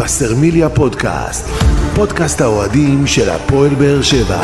וסרמיליה פודקאסט, פודקאסט האוהדים של הפועל באר שבע.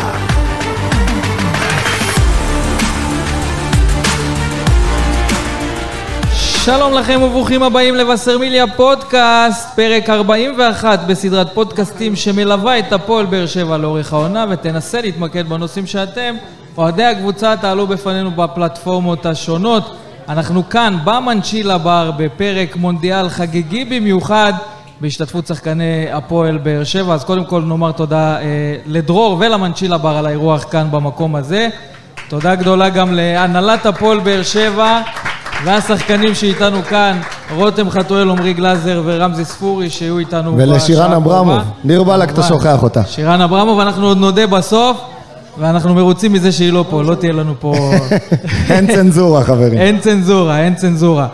שלום לכם וברוכים הבאים לווסרמיליה פודקאסט, פרק 41 בסדרת פודקאסטים שמלווה את הפועל באר שבע לאורך העונה ותנסה להתמקד בנושאים שאתם, אוהדי הקבוצה, תעלו בפנינו בפלטפורמות השונות. אנחנו כאן במנצ'ילה בר בפרק מונדיאל חגיגי במיוחד בהשתתפות שחקני הפועל באר שבע. אז קודם כל נאמר תודה לדרור ולמנצ'ילה בר על האירוח כאן במקום הזה. תודה גדולה גם להנהלת הפועל באר שבע והשחקנים שאיתנו כאן, רותם חתואל, עומרי גלאזר ורמזי ספורי שיהיו איתנו ולשירן אברמוב, ניר בלק אתה שוכח אותה. שירן אברמוב, אנחנו עוד נודה בסוף ואנחנו מרוצים מזה שהיא לא פה, לא תהיה לנו פה... אין צנזורה חברים. אין צנזורה.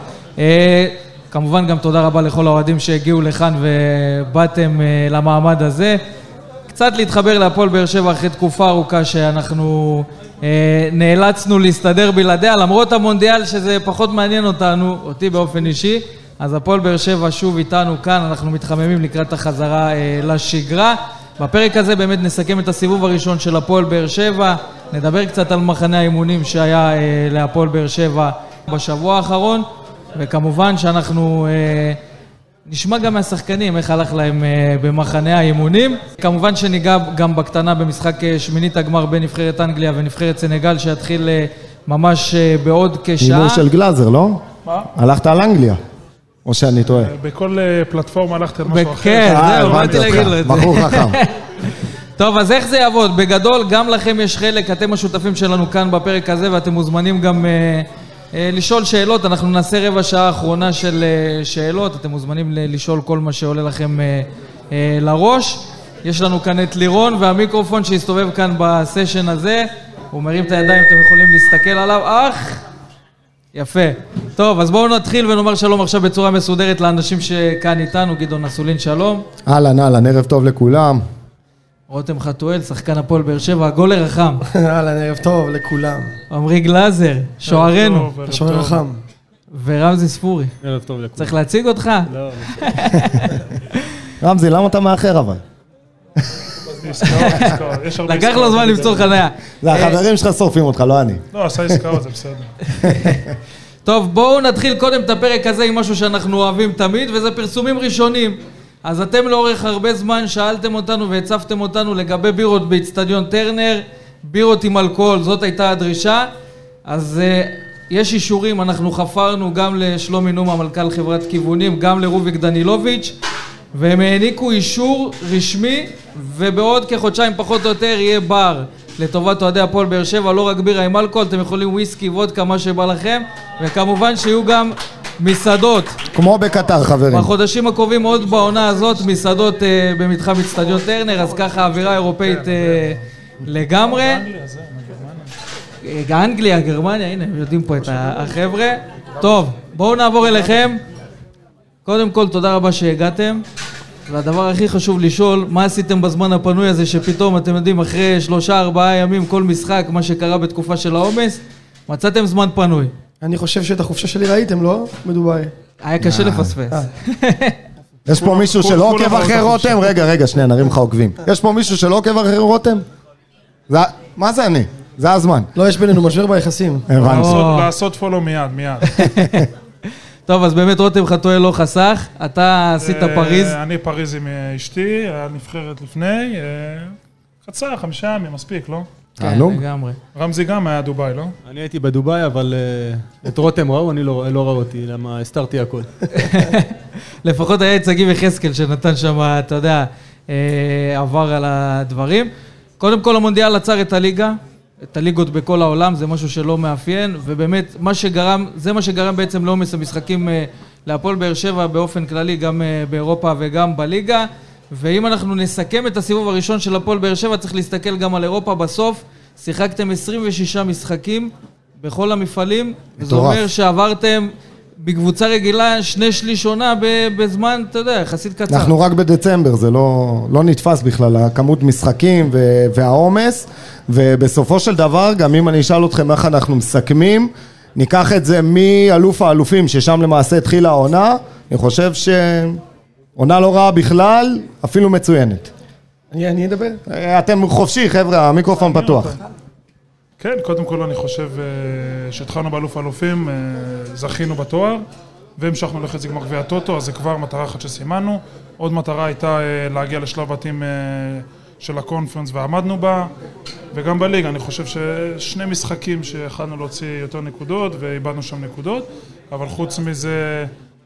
כמובן גם תודה רבה לכל האוהדים שהגיעו לכאן ובאתם למעמד הזה. קצת להתחבר להפועל באר שבע אחרי תקופה ארוכה שאנחנו נאלצנו להסתדר בלעדיה, למרות המונדיאל שזה פחות מעניין אותי באופן אישי. אז הפועל באר שבע שוב איתנו כאן, אנחנו מתחממים לקראת החזרה לשגרה. בפרק הזה באמת נסכם את הסיבוב הראשון של הפועל באר שבע, נדבר קצת על מחנה האימונים שהיה להפועל באר שבע בשבוע האחרון, וכמובן שאנחנו נשמע גם מהשחקנים איך הלך להם במחנה האימונים. כמובן שניגע גם בקטנה במשחק שמינית הגמר בין נבחרת אנגליה ונבחרת סנגל שיתחיל ממש בעוד כשעה. הימור של גלאזר, לא? מה? הלכת על אנגליה. או שאני טועה. בכל פלטפורמה הלכתי על משהו אחר. כן, זהו, באתי להגיד לו את זה. בחור חכם. טוב, אז איך זה יעבוד? בגדול, גם לכם יש חלק, אתם השותפים שלנו כאן בפרק הזה, ואתם מוזמנים גם לשאול שאלות. אנחנו נעשה רבע שעה האחרונה של שאלות, אתם מוזמנים לשאול כל מה שעולה לכם לראש. יש לנו כאן את לירון והמיקרופון שהסתובב כאן בסשן הזה. הוא מרים את הידיים, אתם יכולים להסתכל עליו. יפה. טוב, אז בואו נתחיל ונאמר שלום עכשיו בצורה מסודרת לאנשים שכאן איתנו. גדעון אסולין, שלום. אהלן, ערב טוב לכולם. רותם חתואל, שחקן הפועל באר שבע, גולר רחם. אהלן, ערב טוב לכולם. עומרי גלאזר, שוערנו. שוער רחם. ורמזי ספורי. ערב טוב לכולם. צריך להציג אותך? לא. רמזי, למה אתה מאחר אבל? לקח לו זמן למצוא חניה. זה החברים שלך שורפים אותך, לא אני. לא, עשה עסקאות, זה בסדר. טוב, בואו נתחיל קודם את הפרק הזה עם משהו שאנחנו אוהבים תמיד, וזה פרסומים ראשונים. אז אתם לאורך הרבה זמן שאלתם אותנו והצפתם אותנו לגבי בירות באצטדיון טרנר, בירות עם אלכוהול, זאת הייתה הדרישה. אז יש אישורים, אנחנו חפרנו גם לשלומי נומה, מנכ"ל חברת כיוונים, גם לרוביק דנילוביץ', והם העניקו אישור רשמי, ובעוד כחודשיים פחות או יותר יהיה בר לטובת אוהדי הפועל באר שבע, לא רק בירה עם אלכוהול, אתם יכולים וויסקי, וודקה, מה שבא לכם, וכמובן שיהיו גם מסעדות. כמו בקטר חברים. בחודשים הקרובים עוד בעונה הזאת, מסעדות במתחם אצטדיון טרנר, אז ככה אווירה אירופאית לגמרי. אנגליה, גרמניה, הנה, יודעים פה את החבר'ה. טוב, בואו נעבור אליכם. קודם כל, תודה רבה שהגעתם. והדבר הכי חשוב לשאול, מה עשיתם בזמן הפנוי הזה שפתאום, אתם יודעים, אחרי 3-4 ימים, כל משחק, מה שקרה בתקופה של העומס, מצאתם זמן פנוי. אני חושב שאת החופשה שלי ראיתם, לא? מדוביי. היה קשה לפספס. יש פה מישהו שלא עוקב אחרי רותם? רגע, שנייה, נרים לך עוקבים. יש פה מישהו שלא עוקב אחרי רותם? מה זה אני? זה הזמן. לא, יש בינינו משבר ביחסים. הבנתי. לעשות פולו מיד. טוב, אז באמת רותם חתואל לא חסך, אתה עשית פריז. אני פריז עם אשתי, היה נבחרת לפני, חצה, 5 ימים, מספיק, לא? כן, לגמרי. רמזי גם היה דוביי, לא? אני הייתי בדוביי, אבל את רותם ראו, אני לא ראו אותי, למה הסתרתי הכל. לפחות היה את שגיב יחזקאל שנתן שם, אתה יודע, עבר על הדברים. קודם כל המונדיאל עצר את הליגה, את הליגות בכל העולם, זה משהו שלא מאפיין, ובאמת זה מה שגרם בעצם לעומס המשחקים להפועל באר שבע באופן כללי, גם באירופה וגם בליגה. ואם אנחנו נסכם את הסיבוב הראשון של הפועל באר שבע, צריך להסתכל גם על אירופה. בסוף שיחקתם 26 משחקים בכל המפעלים, זה אומר שעברתם בקבוצה רגילה 2/3 עונה בזמן, אתה יודע, יחסית קצר. אנחנו רק בדצמבר, זה לא נתפס בכלל, הכמות משחקים והעומס, ובסופו של דבר, גם אם אני אשאל אתכם איך אנחנו מסכמים, ניקח את זה מאלוף האלופים, ששם למעשה התחילה העונה, אני חושב עונה לא רעה בכלל, אפילו מצוינת. אני אדבר? אתם חופשי, חבר'ה, המיקרופון פתוח. כן, קודם כל אני חושב שהתחלנו באלוף האלופים, זכינו בתואר, והמשכנו לחצי גמר גביע הטוטו, אז זה כבר מטרה אחת שסימנו. עוד מטרה הייתה להגיע לשלב בתים של הקונפרנס ועמדנו בה, וגם בליגה אני חושב ששני משחקים שיכלנו להוציא יותר נקודות ואיבדנו שם נקודות, אבל חוץ מזה,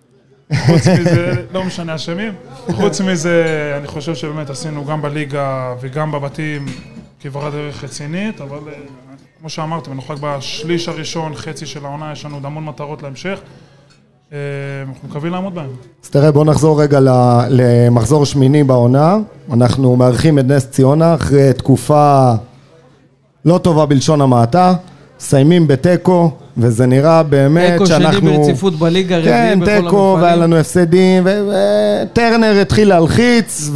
לא משנה השמים, חוץ מזה אני חושב שבאמת עשינו גם בליגה וגם בבתים כברת דרך רצינית, אבל כמו שאמרתם, אנחנו רק בשליש הראשון, חצי של העונה, יש לנו המון מטרות להמשך, אנחנו מקווים לעמוד בהם. אז תראה, בואו נחזור רגע למחזור שמיני בעונה. אנחנו מארחים את נס ציונה אחרי תקופה לא טובה בלשון המעטה, סיימים בטקו, וזה נראה באמת שאנחנו... טקו שני ברציפות בליגה, רביעי בכל המפעלים. כן, טקו, והיה לנו הפסדים, וטרנר התחיל להלחיץ,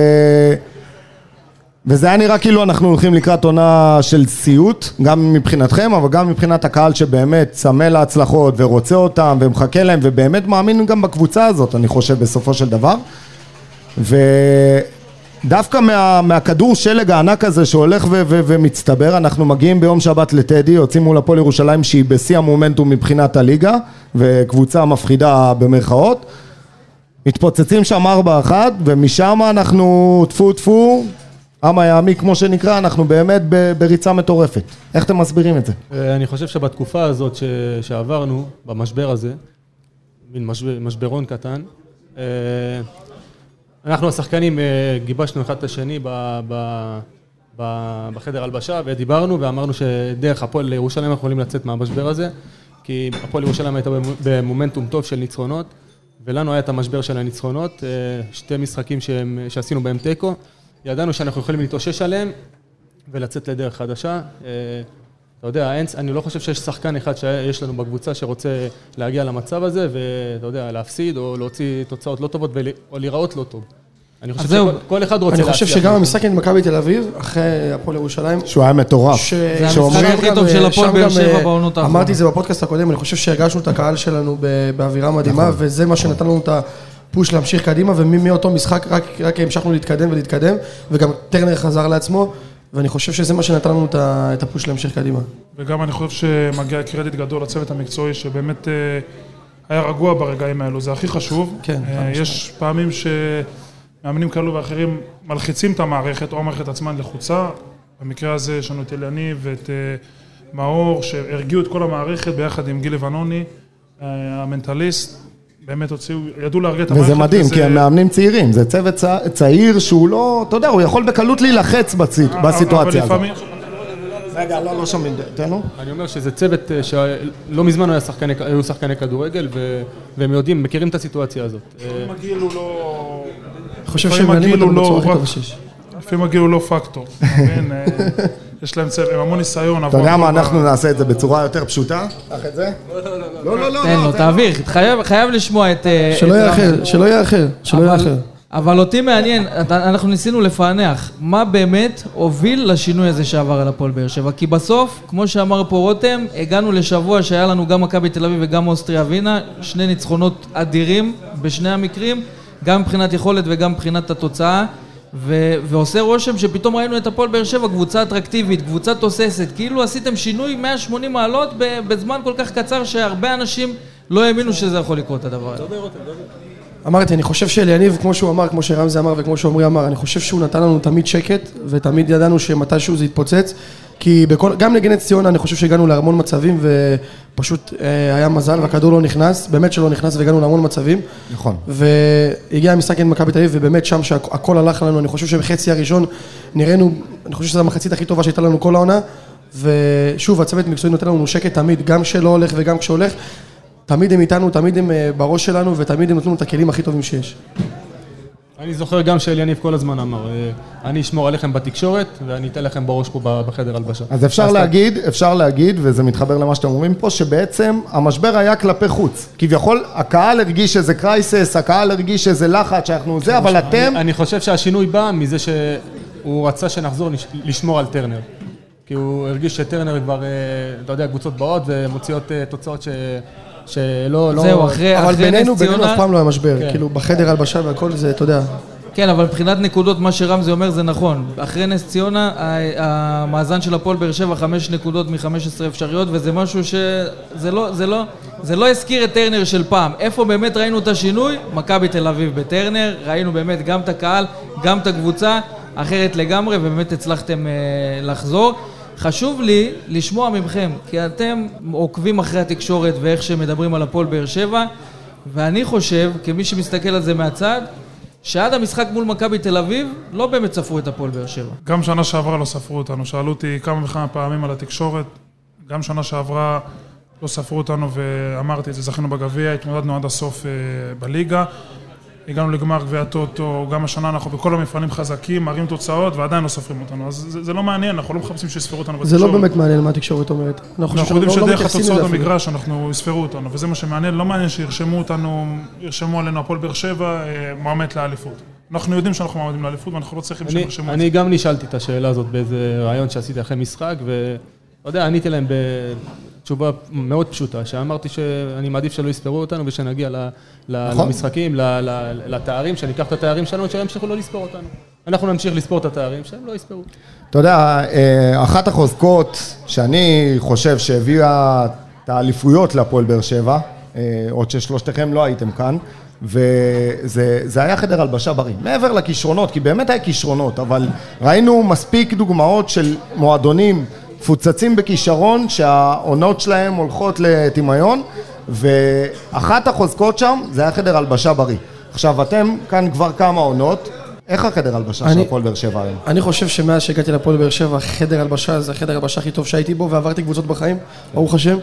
וזה היה נראה כאילו אנחנו הולכים לקראת עונה של סיוט, גם מבחינתכם, אבל גם מבחינת הקהל שבאמת צמא להצלחות ורוצה אותם ומחכה להם, ובאמת מאמין גם בקבוצה הזאת, אני חושב, בסופו של דבר. ודווקא מהכדור שלג הענק הזה שהולך ומצטבר, אנחנו מגיעים ביום שבת לטדי, יוצאים מול הפועל ירושלים שהיא בשיא המומנטום מבחינת הליגה, וקבוצה מפחידה במרכאות. מתפוצצים שם 4-1, ומשם אנחנו טפו, אמה יעמי כמו שנקרא, אנחנו באמת בריצה מטורפת. איך אתם מסבירים את זה? אני חושב שבתקופה הזאת שעברנו, במשבר הזה, מין משברון קטן, אנחנו השחקנים גיבשנו אחד את השני בחדר הלבשה, ודיברנו ואמרנו שדרך הפועל ירושלים אנחנו יכולים לצאת מהמשבר הזה, כי הפועל ירושלים הייתה במומנטום טוב של ניצחונות, ולנו היה את המשבר של הניצחונות, שתי משחקים שעשינו בהם טקו, ידענו שאנחנו יכולים להתאושש עליהם ולצאת לדרך חדשה. אתה יודע, אני לא חושב שיש שחקן אחד שיש לנו בקבוצה שרוצה להגיע למצב הזה, ואתה יודע, להפסיד או להוציא תוצאות לא טובות או להיראות לא טוב. אני חושב שכל אחד רוצה להצליח. אני חושב שגם המשחק עם מכבי תל אביב, אחרי הפועל ירושלים, שהוא היה מטורף. זה המשחק הכי טוב של הפועל באר שבע בעונות האחרונות. אמרתי את זה בפודקאסט הקודם, אני חושב שהרגשנו את הקהל שלנו באווירה מדהימה, וזה מה שנתן לנו את הפוש להמשיך קדימה, ומאותו משחק רק המשכנו להתקדם, וגם טרנר חזר לעצמו, ואני חושב שזה מה שנתן לנו את הפוש להמשיך קדימה. וגם אני חושב שמגיע קרדיט גדול לצוות המקצועי, שבאמת היה רגוע ברגעים האלו, זה הכי חשוב. כן. יש פעמים שמאמנים כאלו ואחרים מלחיצים את המערכת, או המערכת עצמה לחוצה. במקרה הזה יש לנו את אליני ואת מאור, שהרגיעו את כל המערכת ביחד עם גיל לבנוני, המנטליסט. באמת ידעו להרגיע את המערכת. וזה מדהים, כי הם מאמנים צעירים, זה צוות צעיר שהוא לא, אתה יודע, הוא יכול בקלות להילחץ בסיטואציה הזאת. רגע, לא שומעים, תנו. אני אומר שזה צוות שלא מזמן היו שחקני כדורגל, והם יודעים, מכירים את הסיטואציה הזאת. לפעמים הגיל הוא לא... אני חושב שהם מעלים אותם בצורה הכי טובה שיש. לפעמים הגיל הוא לא פקטור. יש להם צוות, הם המון ניסיון. אתה יודע מה, אנחנו נעשה את זה בצורה יותר פשוטה? קח את זה? לא. תן לו, תעביר, חייב לשמוע את... שלא יהיה אחר. אבל אותי מעניין, אנחנו ניסינו לפענח, מה באמת הוביל לשינוי הזה שעבר על הפועל באר שבע? כי בסוף, כמו שאמר פה רותם, הגענו לשבוע שהיה לנו גם מכבי תל אביב וגם אוסטריה ווינה, שני ניצחונות אדירים בשני המקרים, גם מבחינת יכולת וגם מבחינת התוצאה, ועושה רושם שפתאום ראינו את הפועל באר שבע, קבוצה אטרקטיבית, קבוצה תוססת, כאילו עשיתם שינוי 180 מעלות בזמן כל כך קצר שהרבה אנשים לא האמינו שזה יכול לקרות הדבר הזה. אמרתי, אני חושב שאליניב, כמו שהוא אמר, כמו שרמזי אמר וכמו שעומרי אמר, אני חושב שהוא נתן לנו תמיד שקט, ותמיד ידענו שמתישהו זה יתפוצץ, כי גם נגד נס ציונה אני חושב שהגענו להמון מצבים, ופשוט היה מזל, והכדור לא נכנס, באמת שלא נכנס, והגענו להמון מצבים. נכון. והגיע המשחק עם מכבי תל אביב, ובאמת שם שהכל הלך לנו, אני חושב שבחצי הראשון נראינו, אני חושב שזו המחצית הכי טובה שהייתה לנו כל העונה, ושוב, הצוות מקצועי נותן לנו שקט תמיד, גם כשלא הולך וגם כשהולך, תמיד הם איתנו, תמיד הם בראש שלנו, ותמיד הם נתנו את הכלים הכי טובים שיש. אני זוכר גם שאליניב כל הזמן אמר, אני אשמור עליכם בתקשורת, ואני אתן לכם בראש פה בחדר הלבשה. אז אפשר להגיד, וזה מתחבר למה שאתם אומרים פה, שבעצם המשבר היה כלפי חוץ. כביכול, הקהל הרגיש איזה קרייסס, הקהל הרגיש איזה לחץ שאנחנו זה, אבל אתם... אני חושב שהשינוי בא מזה שהוא רצה שנחזור לשמור על טרנר. כי הוא הרגיש שטרנר כבר, אתה יודע, קבוצות באות ומוציאות תוצאות שלא... זהו, אחרי אבל בינינו נס ציונה... אף פעם לא היה משבר, כן. כאילו בחדר הלבשה והכל זה, אתה יודע. כן, אבל מבחינת נקודות, מה שרמזי אומר זה נכון. אחרי נס ציונה, המאזן של הפועל באר שבע 5 נקודות מ-15 אפשריות, וזה משהו זה לא הזכיר את טרנר של פעם. איפה באמת ראינו את השינוי? מכבי תל אביב בטרנר, ראינו באמת גם את הקהל, גם את הקבוצה, אחרת לגמרי, ובאמת הצלחתם לחזור. חשוב לי לשמוע ממכם, כי אתם עוקבים אחרי התקשורת ואיך שמדברים על הפועל באר שבע, ואני חושב, כמי שמסתכל על זה מהצד, שעד המשחק מול מכבי תל אביב, לא באמת ספרו את הפועל באר שבע. גם שנה שעברה לא ספרו אותנו, שאלו אותי כמה וכמה פעמים על התקשורת, גם שנה שעברה לא ספרו אותנו ואמרתי את זה, זכינו בגביע, התמודדנו עד הסוף בליגה, הגענו לגמר גביע הטוטו, גם השנה אנחנו בכל המפעלים חזקים, מראים תוצאות ועדיין לא סופרים אותנו, אז זה לא מעניין, אנחנו לא מחפשים שיספרו אותנו בתקשורת. זה לא באמת מעניין מה התקשורת אומרת. אנחנו יודעים שדרך התוצאות במגרש אנחנו יספרו אותנו, וזה מה שמעניין, לא מעניין שירשמו אותנו, ירשמו עלינו הפועל באר שבע, מועמד לאליפות. אנחנו יודעים שאנחנו מועמדים לאליפות ואנחנו לא צריכים שירשמו את זה. אני גם נשאלתי את השאלה הזאת באיזה רעיון שעשיתי אחרי משחק, ואתה יודע, עניתי להם בתשובה מאוד פשוטה, שאמרתי שאני מעדיף שלא יספרו אותנו ושנגיע למשחקים, לתארים, שניקח את התארים שלנו, שהם ימשיכו לא לספור אותנו. אנחנו נמשיך לספור את התארים, שהם לא יספרו. אתה יודע, אחת החוזקות שאני חושב שהביאה את האליפויות להפועל באר שבע, עוד ששלושתכם לא הייתם כאן, וזה היה חדר הלבשה בריא, מעבר לכישרונות, כי באמת היה כישרונות, אבל ראינו מספיק דוגמאות של מועדונים פוצצים בכישרון שהעונות שלהם הולכות לתימיון, ואחת החוזקות שם זה היה חדר הלבשה בריא. עכשיו אתם כאן כבר כמה עונות, איך החדר הלבשה של הפועל באר שבע היום? אני חושב שמאז שהגעתי לפועל באר שבע, חדר הלבשה זה החדר הלבשה הכי טוב שהייתי בו, ועברתי קבוצות בחיים, ברוך השם.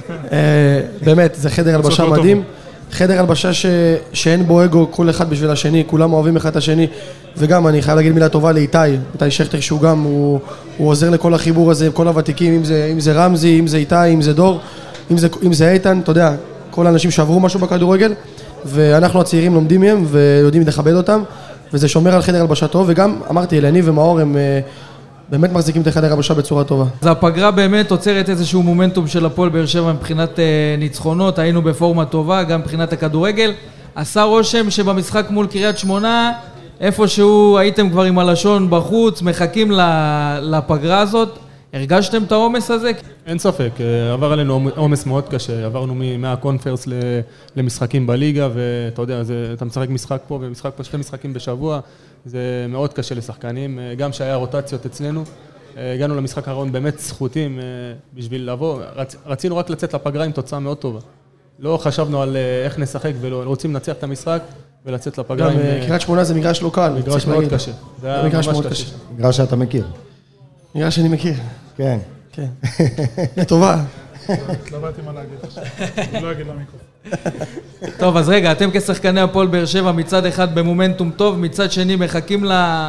באמת, זה חדר הלבשה מדהים. חדר הלבשה שאין בו אגו, כל אחד בשביל השני, כולם אוהבים אחד את השני, וגם אני חייב להגיד מילה טובה לאיתי שכטר, שהוא גם, הוא עוזר לכל החיבור הזה, כל הוותיקים, אם זה רמזי, אם זה איתי, אם זה דור, אם זה איתן, אתה יודע, כל האנשים שעברו משהו בכדורגל, ואנחנו הצעירים לומדים מהם ויודעים לכבד אותם, וזה שומר על חדר הלבשה טוב, וגם אמרתי, אלני ומאור הם באמת מחזיקים את החדר הלבשה בצורה טובה. אז הפגרה באמת עוצרת איזשהו מומנטום של הפועל באר שבע מבחינת ניצחונות, היינו בפורמה טובה, גם מבחינת הכדורגל. עשה רושם שבמשחק מול קריית שמונה, איפשהו הייתם כבר עם הלשון בחוץ, מחכים לפגרה הזאת. הרגשתם את העומס הזה? אין ספק, עבר עלינו עומס מאוד קשה, עברנו מהקונפרס למשחקים בליגה, ואתה יודע, אתה משחק משחק פה ומשחק פה, 2 משחקים בשבוע, זה מאוד קשה לשחקנים, גם שהיה רוטציות אצלנו, הגענו למשחק האחרון באמת זכותים בשביל לבוא, רצינו רק לצאת לפגרה עם תוצאה מאוד טובה, לא חשבנו על איך נשחק רוצים לנצח את המשחק ולצאת לפגרה עם... קריית שמונה זה מגרש לא קל, מגרש מאוד קשה, זה מגרש מאוד קשה. מגרש שאתה מכיר. מגרש שאני מכיר. כן. כן. לטובה. התלבטתי מה להגיד עכשיו. אני לא אגיד למיקרופון. טוב, אז רגע, אתם כשחקני הפועל באר שבע מצד אחד במומנטום טוב, מצד שני מחכים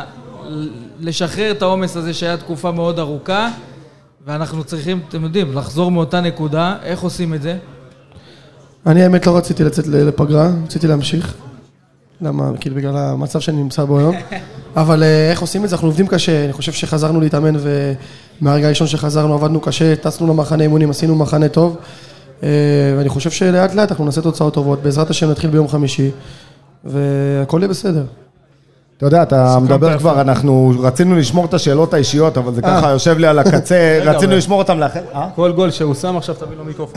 לשחרר את העומס הזה שהיה תקופה מאוד ארוכה, ואנחנו צריכים, אתם יודעים, לחזור מאותה נקודה. איך עושים את זה? אני האמת לא רציתי לצאת לפגרה, רציתי להמשיך. למה? כאילו בגלל המצב שאני נמצא בו היום. אבל איך עושים את זה? אנחנו עובדים קשה, אני חושב שחזרנו להתאמן ומהרגע הראשון שחזרנו עבדנו קשה, טסנו למחנה אימונים, עשינו מחנה טוב, ואני חושב שלאט לאט אנחנו נעשה תוצאות טובות, בעזרת השם נתחיל ביום חמישי, והכל יהיה בסדר. אתה יודע, אתה מדבר כבר, אנחנו רצינו לשמור את השאלות האישיות, אבל זה ככה יושב לי על הקצה, רצינו לשמור אותם לאחר. כל גול שהוא שם עכשיו תביא לו מיקרופון.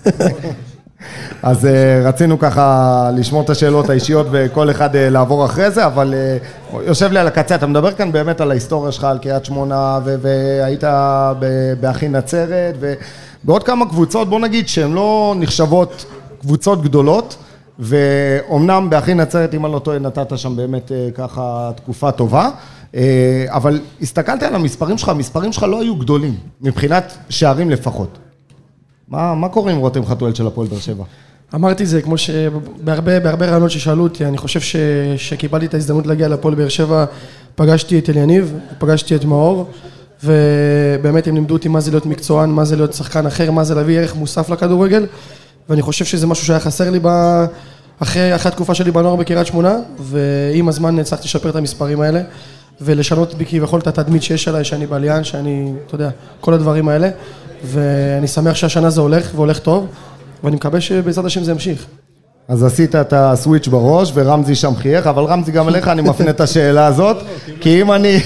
אז רצינו ככה לשמור את השאלות האישיות וכל אחד לעבור אחרי זה, אבל יושב לי על הקצה, אתה מדבר כאן באמת על ההיסטוריה שלך, על קריית שמונה, והיית באחי נצרת, ובעוד כמה קבוצות, בוא נגיד שהן לא נחשבות קבוצות גדולות, ואומנם באחי נצרת, אם אני לא טועה, נתת שם באמת ככה תקופה טובה, אבל הסתכלתי על המספרים שלך, המספרים שלך לא היו גדולים, מבחינת שערים לפחות. מה קורה עם רותם חתואל של הפועל באר שבע? אמרתי זה, כמו שבהרבה רעיונות ששאלו אותי, אני חושב שקיבלתי את ההזדמנות להגיע לפועל באר שבע, פגשתי את אליניב, פגשתי את מאור, ובאמת הם לימדו אותי מה זה להיות מקצוען, מה זה להיות שחקן אחר, מה זה להביא ערך מוסף לכדורגל, ואני חושב שזה משהו שהיה חסר לי אחרי התקופה שלי בנוער בקריית שמונה, ועם הזמן הצלחתי לשפר את המספרים האלה, ולשנות בי כביכול את התדמית שיש עליי, שאני בעליין, שאני, אתה יודע, כל הדברים האלה, ואני שמח שהשנה זה הולך והולך טוב, ואני מקווה שבעזרת השם זה ימשיך. אז עשית את הסוויץ' בראש, ורמזי שם חייך, אבל רמזי גם אליך אני מפנה את השאלה הזאת, כי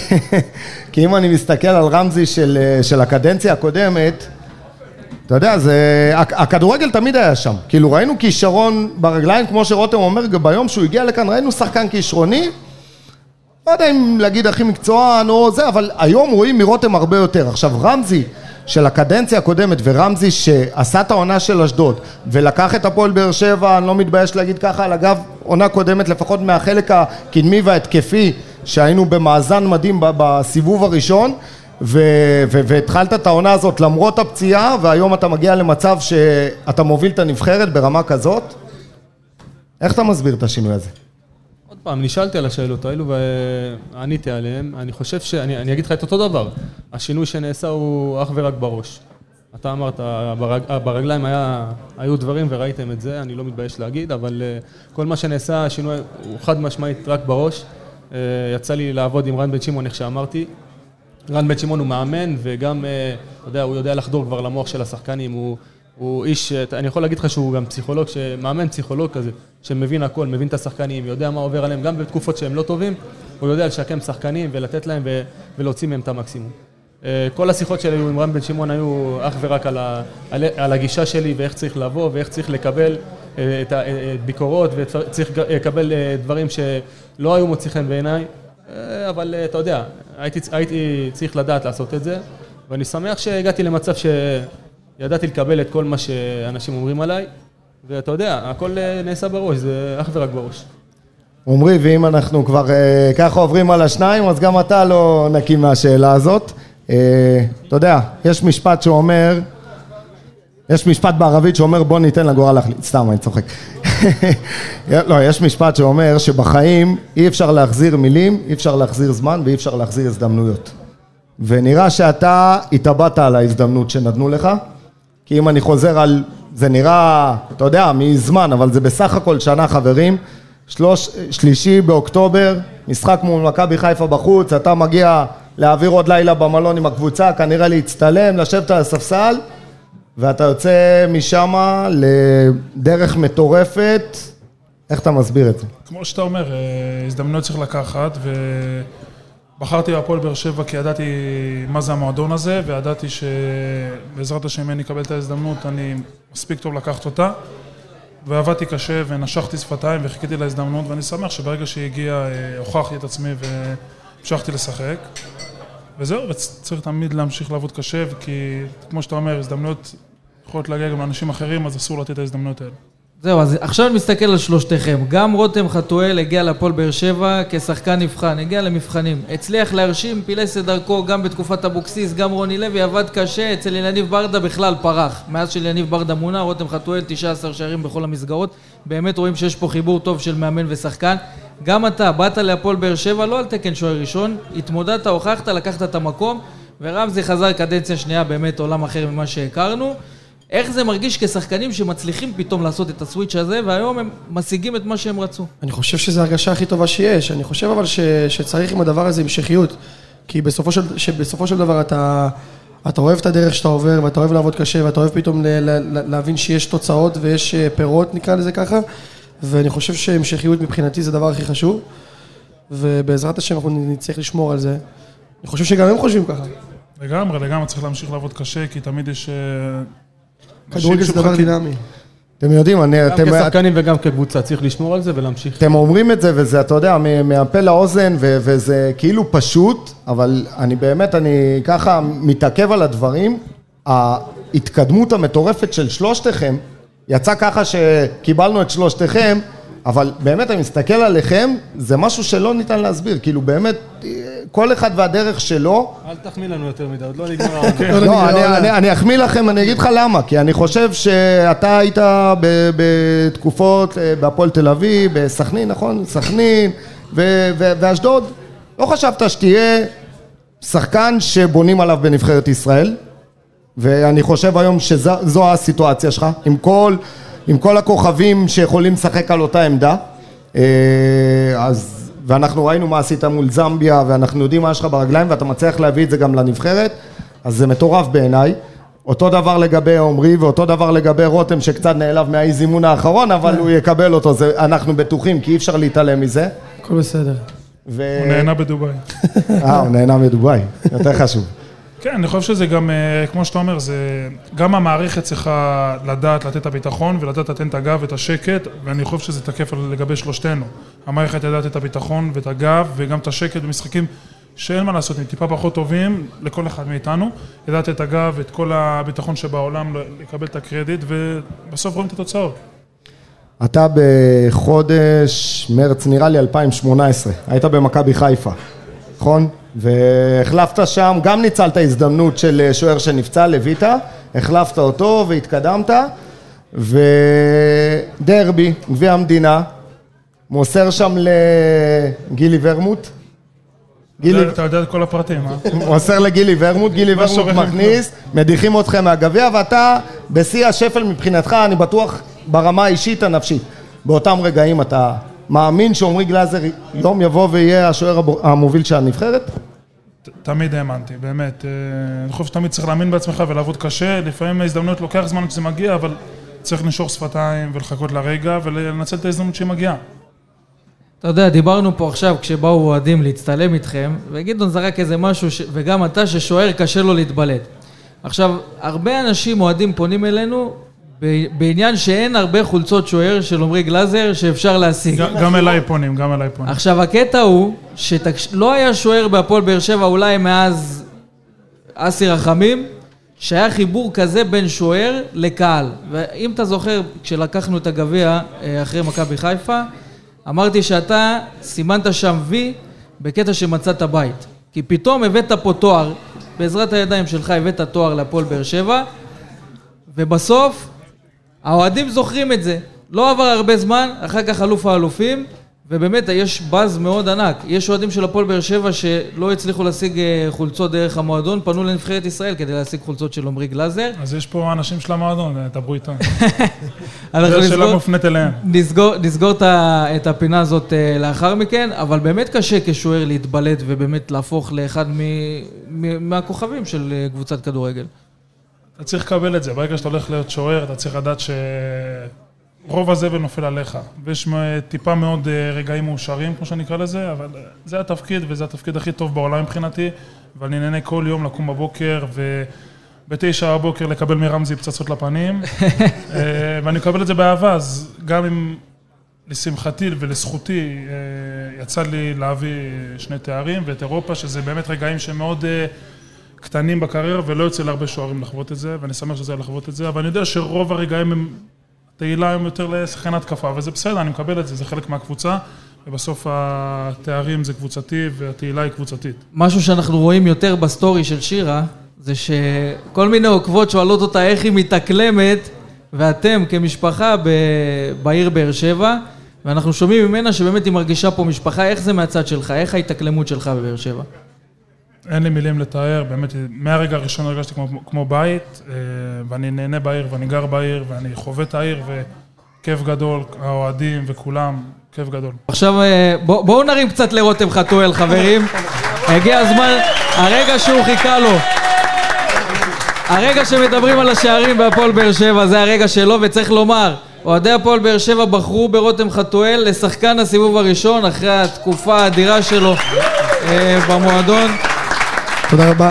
אם אני מסתכל על רמזי של הקדנציה הקודמת, אתה יודע, הכדורגל תמיד היה שם, כאילו ראינו כישרון ברגליים, כמו שרותם אומר, ביום שהוא הגיע לכאן, ראינו שחקן כישרוני, לא יודע אם להגיד הכי מקצוען או זה, אבל היום רואים מרותם הרבה יותר. עכשיו רמזי של הקדנציה הקודמת ורמזי שעשה את העונה של אשדוד ולקח את הפועל באר שבע, אני לא מתבייש להגיד ככה, על אגב עונה קודמת לפחות מהחלק הקדמי וההתקפי שהיינו במאזן מדהים בסיבוב הראשון והתחלת את העונה הזאת למרות הפציעה והיום אתה מגיע למצב שאתה מוביל את הנבחרת ברמה כזאת. איך אתה מסביר את השינוי הזה? עוד פעם, נשאלתי על השאלות האלו ועניתי עליהן. אני חושב אני אגיד לך את אותו דבר. השינוי שנעשה הוא אך ורק בראש. אתה אמרת, ברגליים היו דברים וראיתם את זה, אני לא מתבייש להגיד, אבל כל מה שנעשה, השינוי הוא חד משמעית רק בראש. יצא לי לעבוד עם רן בן שמעון, איך שאמרתי. רן בן שמעון הוא מאמן, וגם, אתה יודע, הוא יודע לחדור כבר למוח של השחקנים. הוא איש, אני יכול להגיד לך שהוא גם פסיכולוג, מאמן פסיכולוג כזה, שמבין הכל, מבין את השחקנים, יודע מה עובר עליהם, גם בתקופות שהם לא טובים, הוא יודע לשקם שחקנים ולתת להם ולהוציא מהם את המקסימום. כל השיחות שלי עם רן בן שמעון היו אך ורק על הגישה שלי ואיך צריך לבוא ואיך צריך לקבל את הביקורות וצריך לקבל דברים שלא היו מוצאים חן בעיניי, אבל אתה יודע, הייתי צריך לדעת לעשות את זה, ואני שמח שהגעתי למצב ידעתי לקבל את כל מה שאנשים אומרים עליי, ואתה יודע, הכל נעשה בראש, זה אך ורק בראש. עומרי, ואם אנחנו כבר ככה עוברים על השניים, אז גם אתה לא נקי מהשאלה הזאת. אתה יודע, יש משפט שאומר, יש משפט בערבית שאומר בוא ניתן לגורל להחליט, סתם אני צוחק. לא, יש משפט שאומר שבחיים אי אפשר להחזיר מילים, אי אפשר להחזיר זמן ואי אפשר להחזיר הזדמנויות. ונראה שאתה התאבדת על ההזדמנות שנתנו לך, כי אם אני חוזר על, זה נראה, אתה יודע, מזמן, אבל זה בסך הכל שנה חברים, 3 באוקטובר, משחק מול מכבי חיפה בחוץ, אתה מגיע להעביר עוד לילה במלון עם הקבוצה, כנראה להצטלם, לשבת על הספסל, ואתה יוצא משם לדרך מטורפת, איך אתה מסביר את זה? כמו שאתה אומר, הזדמנות צריך לקחת, בחרתי בהפועל באר שבע כי ידעתי מה זה המועדון הזה, וידעתי שבעזרת השם אני אקבל את ההזדמנות, אני מספיק טוב לקחת אותה, ועבדתי קשה ונשכתי שפתיים וחיכיתי להזדמנות, ואני שמח שברגע שהיא הגיעה הוכחתי את עצמי והמשכתי לשחק, וזהו, וצריך תמיד להמשיך לעבוד קשה, כי כמו שאתה אומר, הזדמנות יכולות להגיע גם לאנשים אחרים, אז אסור לתת את ההזדמנות האלה. זהו, אז עכשיו נסתכל על שלושתכם. גם רותם חתואל הגיע לפועל באר שבע כשחקן נבחן, הגיע למבחנים. הצליח להרשים, פילס את דרכו גם בתקופת אבוקסיס, גם רוני לוי עבד קשה, אצל יניב ברדה בכלל פרח. מאז של יניב ברדה מונה, רותם חתואל 19 שערים בכל המסגרות. באמת רואים שיש פה חיבור טוב של מאמן ושחקן. גם אתה, באת להפועל באר שבע, לא על תקן שוער ראשון, התמודדת, הוכחת, לקחת את המקום, ורמזי חזר קדנציה שנייה, באמת עולם אחר ממה שהכרנו. איך זה מרגיש כשחקנים שמצליחים פתאום לעשות את הסוויץ' הזה, והיום הם משיגים את מה שהם רצו? אני חושב שזו הרגשה הכי טובה שיש. אני חושב אבל שצריך עם הדבר הזה המשכיות. כי בסופו של דבר אתה אוהב את הדרך שאתה עובר, ואתה אוהב לעבוד קשה, ואתה אוהב פתאום להבין שיש תוצאות ויש פירות, נקרא לזה ככה. ואני חושב שהמשכיות מבחינתי זה הדבר הכי חשוב. ובעזרת השם אנחנו נצטרך לשמור על זה. אני חושב שגם הם חושבים ככה. לגמרי צריך להמשיך לעבוד קשה, כי תמיד יש... כדורגל זה דבר דינמי. אתם יודעים, גם כשחקנים וגם כקבוצה צריך לשמור על זה ולהמשיך. אתם אומרים את זה וזה, אתה יודע, מהפה לאוזן וזה כאילו פשוט, אבל אני באמת, אני ככה מתעכב על הדברים, ההתקדמות המטורפת של שלושתכם, יצא ככה שקיבלנו את שלושתכם, אבל באמת אני מסתכל עליכם, זה משהו שלא ניתן להסביר, כאילו באמת, כל אחד והדרך שלו. אל תחמיא לנו יותר מדי, עוד לא נגמר. לא, אני אחמיא לכם, אני אגיד לך למה, כי אני חושב שאתה היית בתקופות בהפועל תל אביב, בסכנין, נכון? סכנין ואשדוד. לא חשבת שתהיה שחקן שבונים עליו בנבחרת ישראל, ואני חושב היום שזו הסיטואציה שלך, עם כל הכוכבים שיכולים לשחק על אותה עמדה, אז, ואנחנו ראינו מה עשית מול זמביה, ואנחנו יודעים מה יש לך ברגליים, ואתה מצליח להביא את זה גם לנבחרת, אז זה מטורף בעיניי. אותו דבר לגבי עומרי, ואותו דבר לגבי רותם שקצת נעלב מהאי-זימון האחרון, אבל הוא יקבל אותו, אנחנו בטוחים, כי אי אפשר להתעלם מזה. הכל בסדר. הוא נהנה בדוביי. הוא נהנה בדוביי, יותר חשוב. כן, אני חושב שזה גם, כמו שאתה אומר, זה גם המערכת צריכה לדעת לתת את הביטחון ולדעת לתת את הגב ואת השקט, ואני חושב שזה תקף לגבי שלושתנו. המערכת ידעת את הביטחון ואת הגב וגם את השקט במשחקים שאין מה לעשות, הם טיפה פחות טובים לכל אחד מאיתנו, ידעת את הגב ואת כל הביטחון שבעולם לקבל את הקרדיט, ובסוף רואים את התוצאות. אתה בחודש מרץ, נראה לי 2018, היית במכבי חיפה, נכון? והחלפת שם, גם ניצלת הזדמנות של שוער שנפצע, לויט, החלפת אותו והתקדמת, ודרבי, גביע המדינה, מוסר שם לגילי ורמוט, אתה יודע את כל הפרטים, מוסר לגילי ורמוט, גילי ורמוט מכניס, מדיחים אתכם מהגביע, ואתה בשיא השפל מבחינתך, אני בטוח ברמה האישית הנפשית. באותם רגעים אתה מאמין שעומרי גלאזר יום יבוא ויהיה השוער המוביל של הנבחרת? תמיד האמנתי, באמת. אני חושב שתמיד צריך להאמין בעצמך ולעבוד קשה, לפעמים ההזדמנות לוקח זמן כשזה מגיע, אבל צריך לנשור שפתיים ולחכות לרגע ולנצל את ההזדמנות שהיא מגיעה. אתה יודע, דיברנו פה עכשיו כשבאו אוהדים להצטלם איתכם, וגדעון זרק איזה משהו, וגם אתה ששוער קשה לו להתבלט. עכשיו, הרבה אנשים אוהדים פונים אלינו, בעניין שאין הרבה חולצות שוער של עומרי גלאזר שאפשר להשיג. גם אליי פונים, גם אליי פונים. עכשיו, הקטע הוא שלא היה שוער בהפועל באר שבע אולי מאז אסי רחמים, שהיה חיבור כזה בין שוער לקהל. ואם אתה זוכר, כשלקחנו את הגביע אחרי מכבי חיפה, אמרתי שאתה סימנת שם וי בקטע שמצאת בית. כי פתאום הבאת פה תואר, בעזרת הידיים שלך הבאת תואר להפועל באר שבע, ובסוף האוהדים זוכרים את זה. לא עבר הרבה זמן, אחר כך אלוף האלופים, ובאמת יש בז מאוד ענק. יש אוהדים של הפועל באר שבע שלא הצליחו להשיג חולצות דרך המועדון, פנו לנבחרת ישראל כדי להשיג חולצות של עומרי גלאזר. אז יש פה אנשים של המועדון, דברו איתם. זה שאלה מופנית אליהם. נסגור את הפינה הזאת לאחר מכן, אבל באמת קשה כשוער להתבלט ובאמת להפוך לאחד מהכוכבים של קבוצת כדורגל. אתה צריך לקבל את זה, ברגע שאתה הולך להיות שוער, אתה צריך לדעת רוב הזבל נופל עליך, ויש טיפה מאוד רגעים מאושרים, כמו שאני אקרא לזה, אבל זה התפקיד, וזה התפקיד הכי טוב בעולם מבחינתי, ואני נהנה כל יום לקום בבוקר, וב9 בבוקר לקבל מרמזי פצצות לפנים, ואני מקבל את זה באהבה, אז גם אם לשמחתי ולזכותי יצא לי להביא 2 תארים, ואת אירופה, שזה באמת רגעים שמאוד קטנים בקריירה, ולא יוצא להרבה שוערים לחוות את זה, ואני שמח שזה היה לחוות את זה, אבל אני יודע שרוב הרגעים הם תהילה הם יותר לשחקן התקפה, וזה בסדר, אני מקבל את זה, זה חלק מהקבוצה, ובסוף התארים זה קבוצתי, והתהילה היא קבוצתית. משהו שאנחנו רואים יותר בסטורי של שירה, זה שכל מיני עוקבות שואלות אותה איך היא מתאקלמת, ואתם כמשפחה בעיר באר שבע, ואנחנו שומעים ממנה שבאמת היא מרגישה פה משפחה, איך זה מהצד שלך, איך ההתאקלמות שלך בבאר שבע? אין לי מילים לתאר, באמת, מהרגע הראשון הרגשתי כמו בית, ואני נהנה בעיר, ואני גר בעיר, ואני חווה את העיר, וכיף גדול, האוהדים וכולם, כיף גדול. עכשיו, בואו נרים קצת לרותם חתואל, חברים. הגיע הזמן, הרגע שהוא חיכה לו. הרגע שמדברים על השערים בהפועל באר שבע, זה הרגע שלו, וצריך לומר, אוהדי הפועל באר שבע בחרו ברותם חתואל לשחקן הסיבוב הראשון, אחרי התקופה האדירה שלו במועדון. תודה רבה.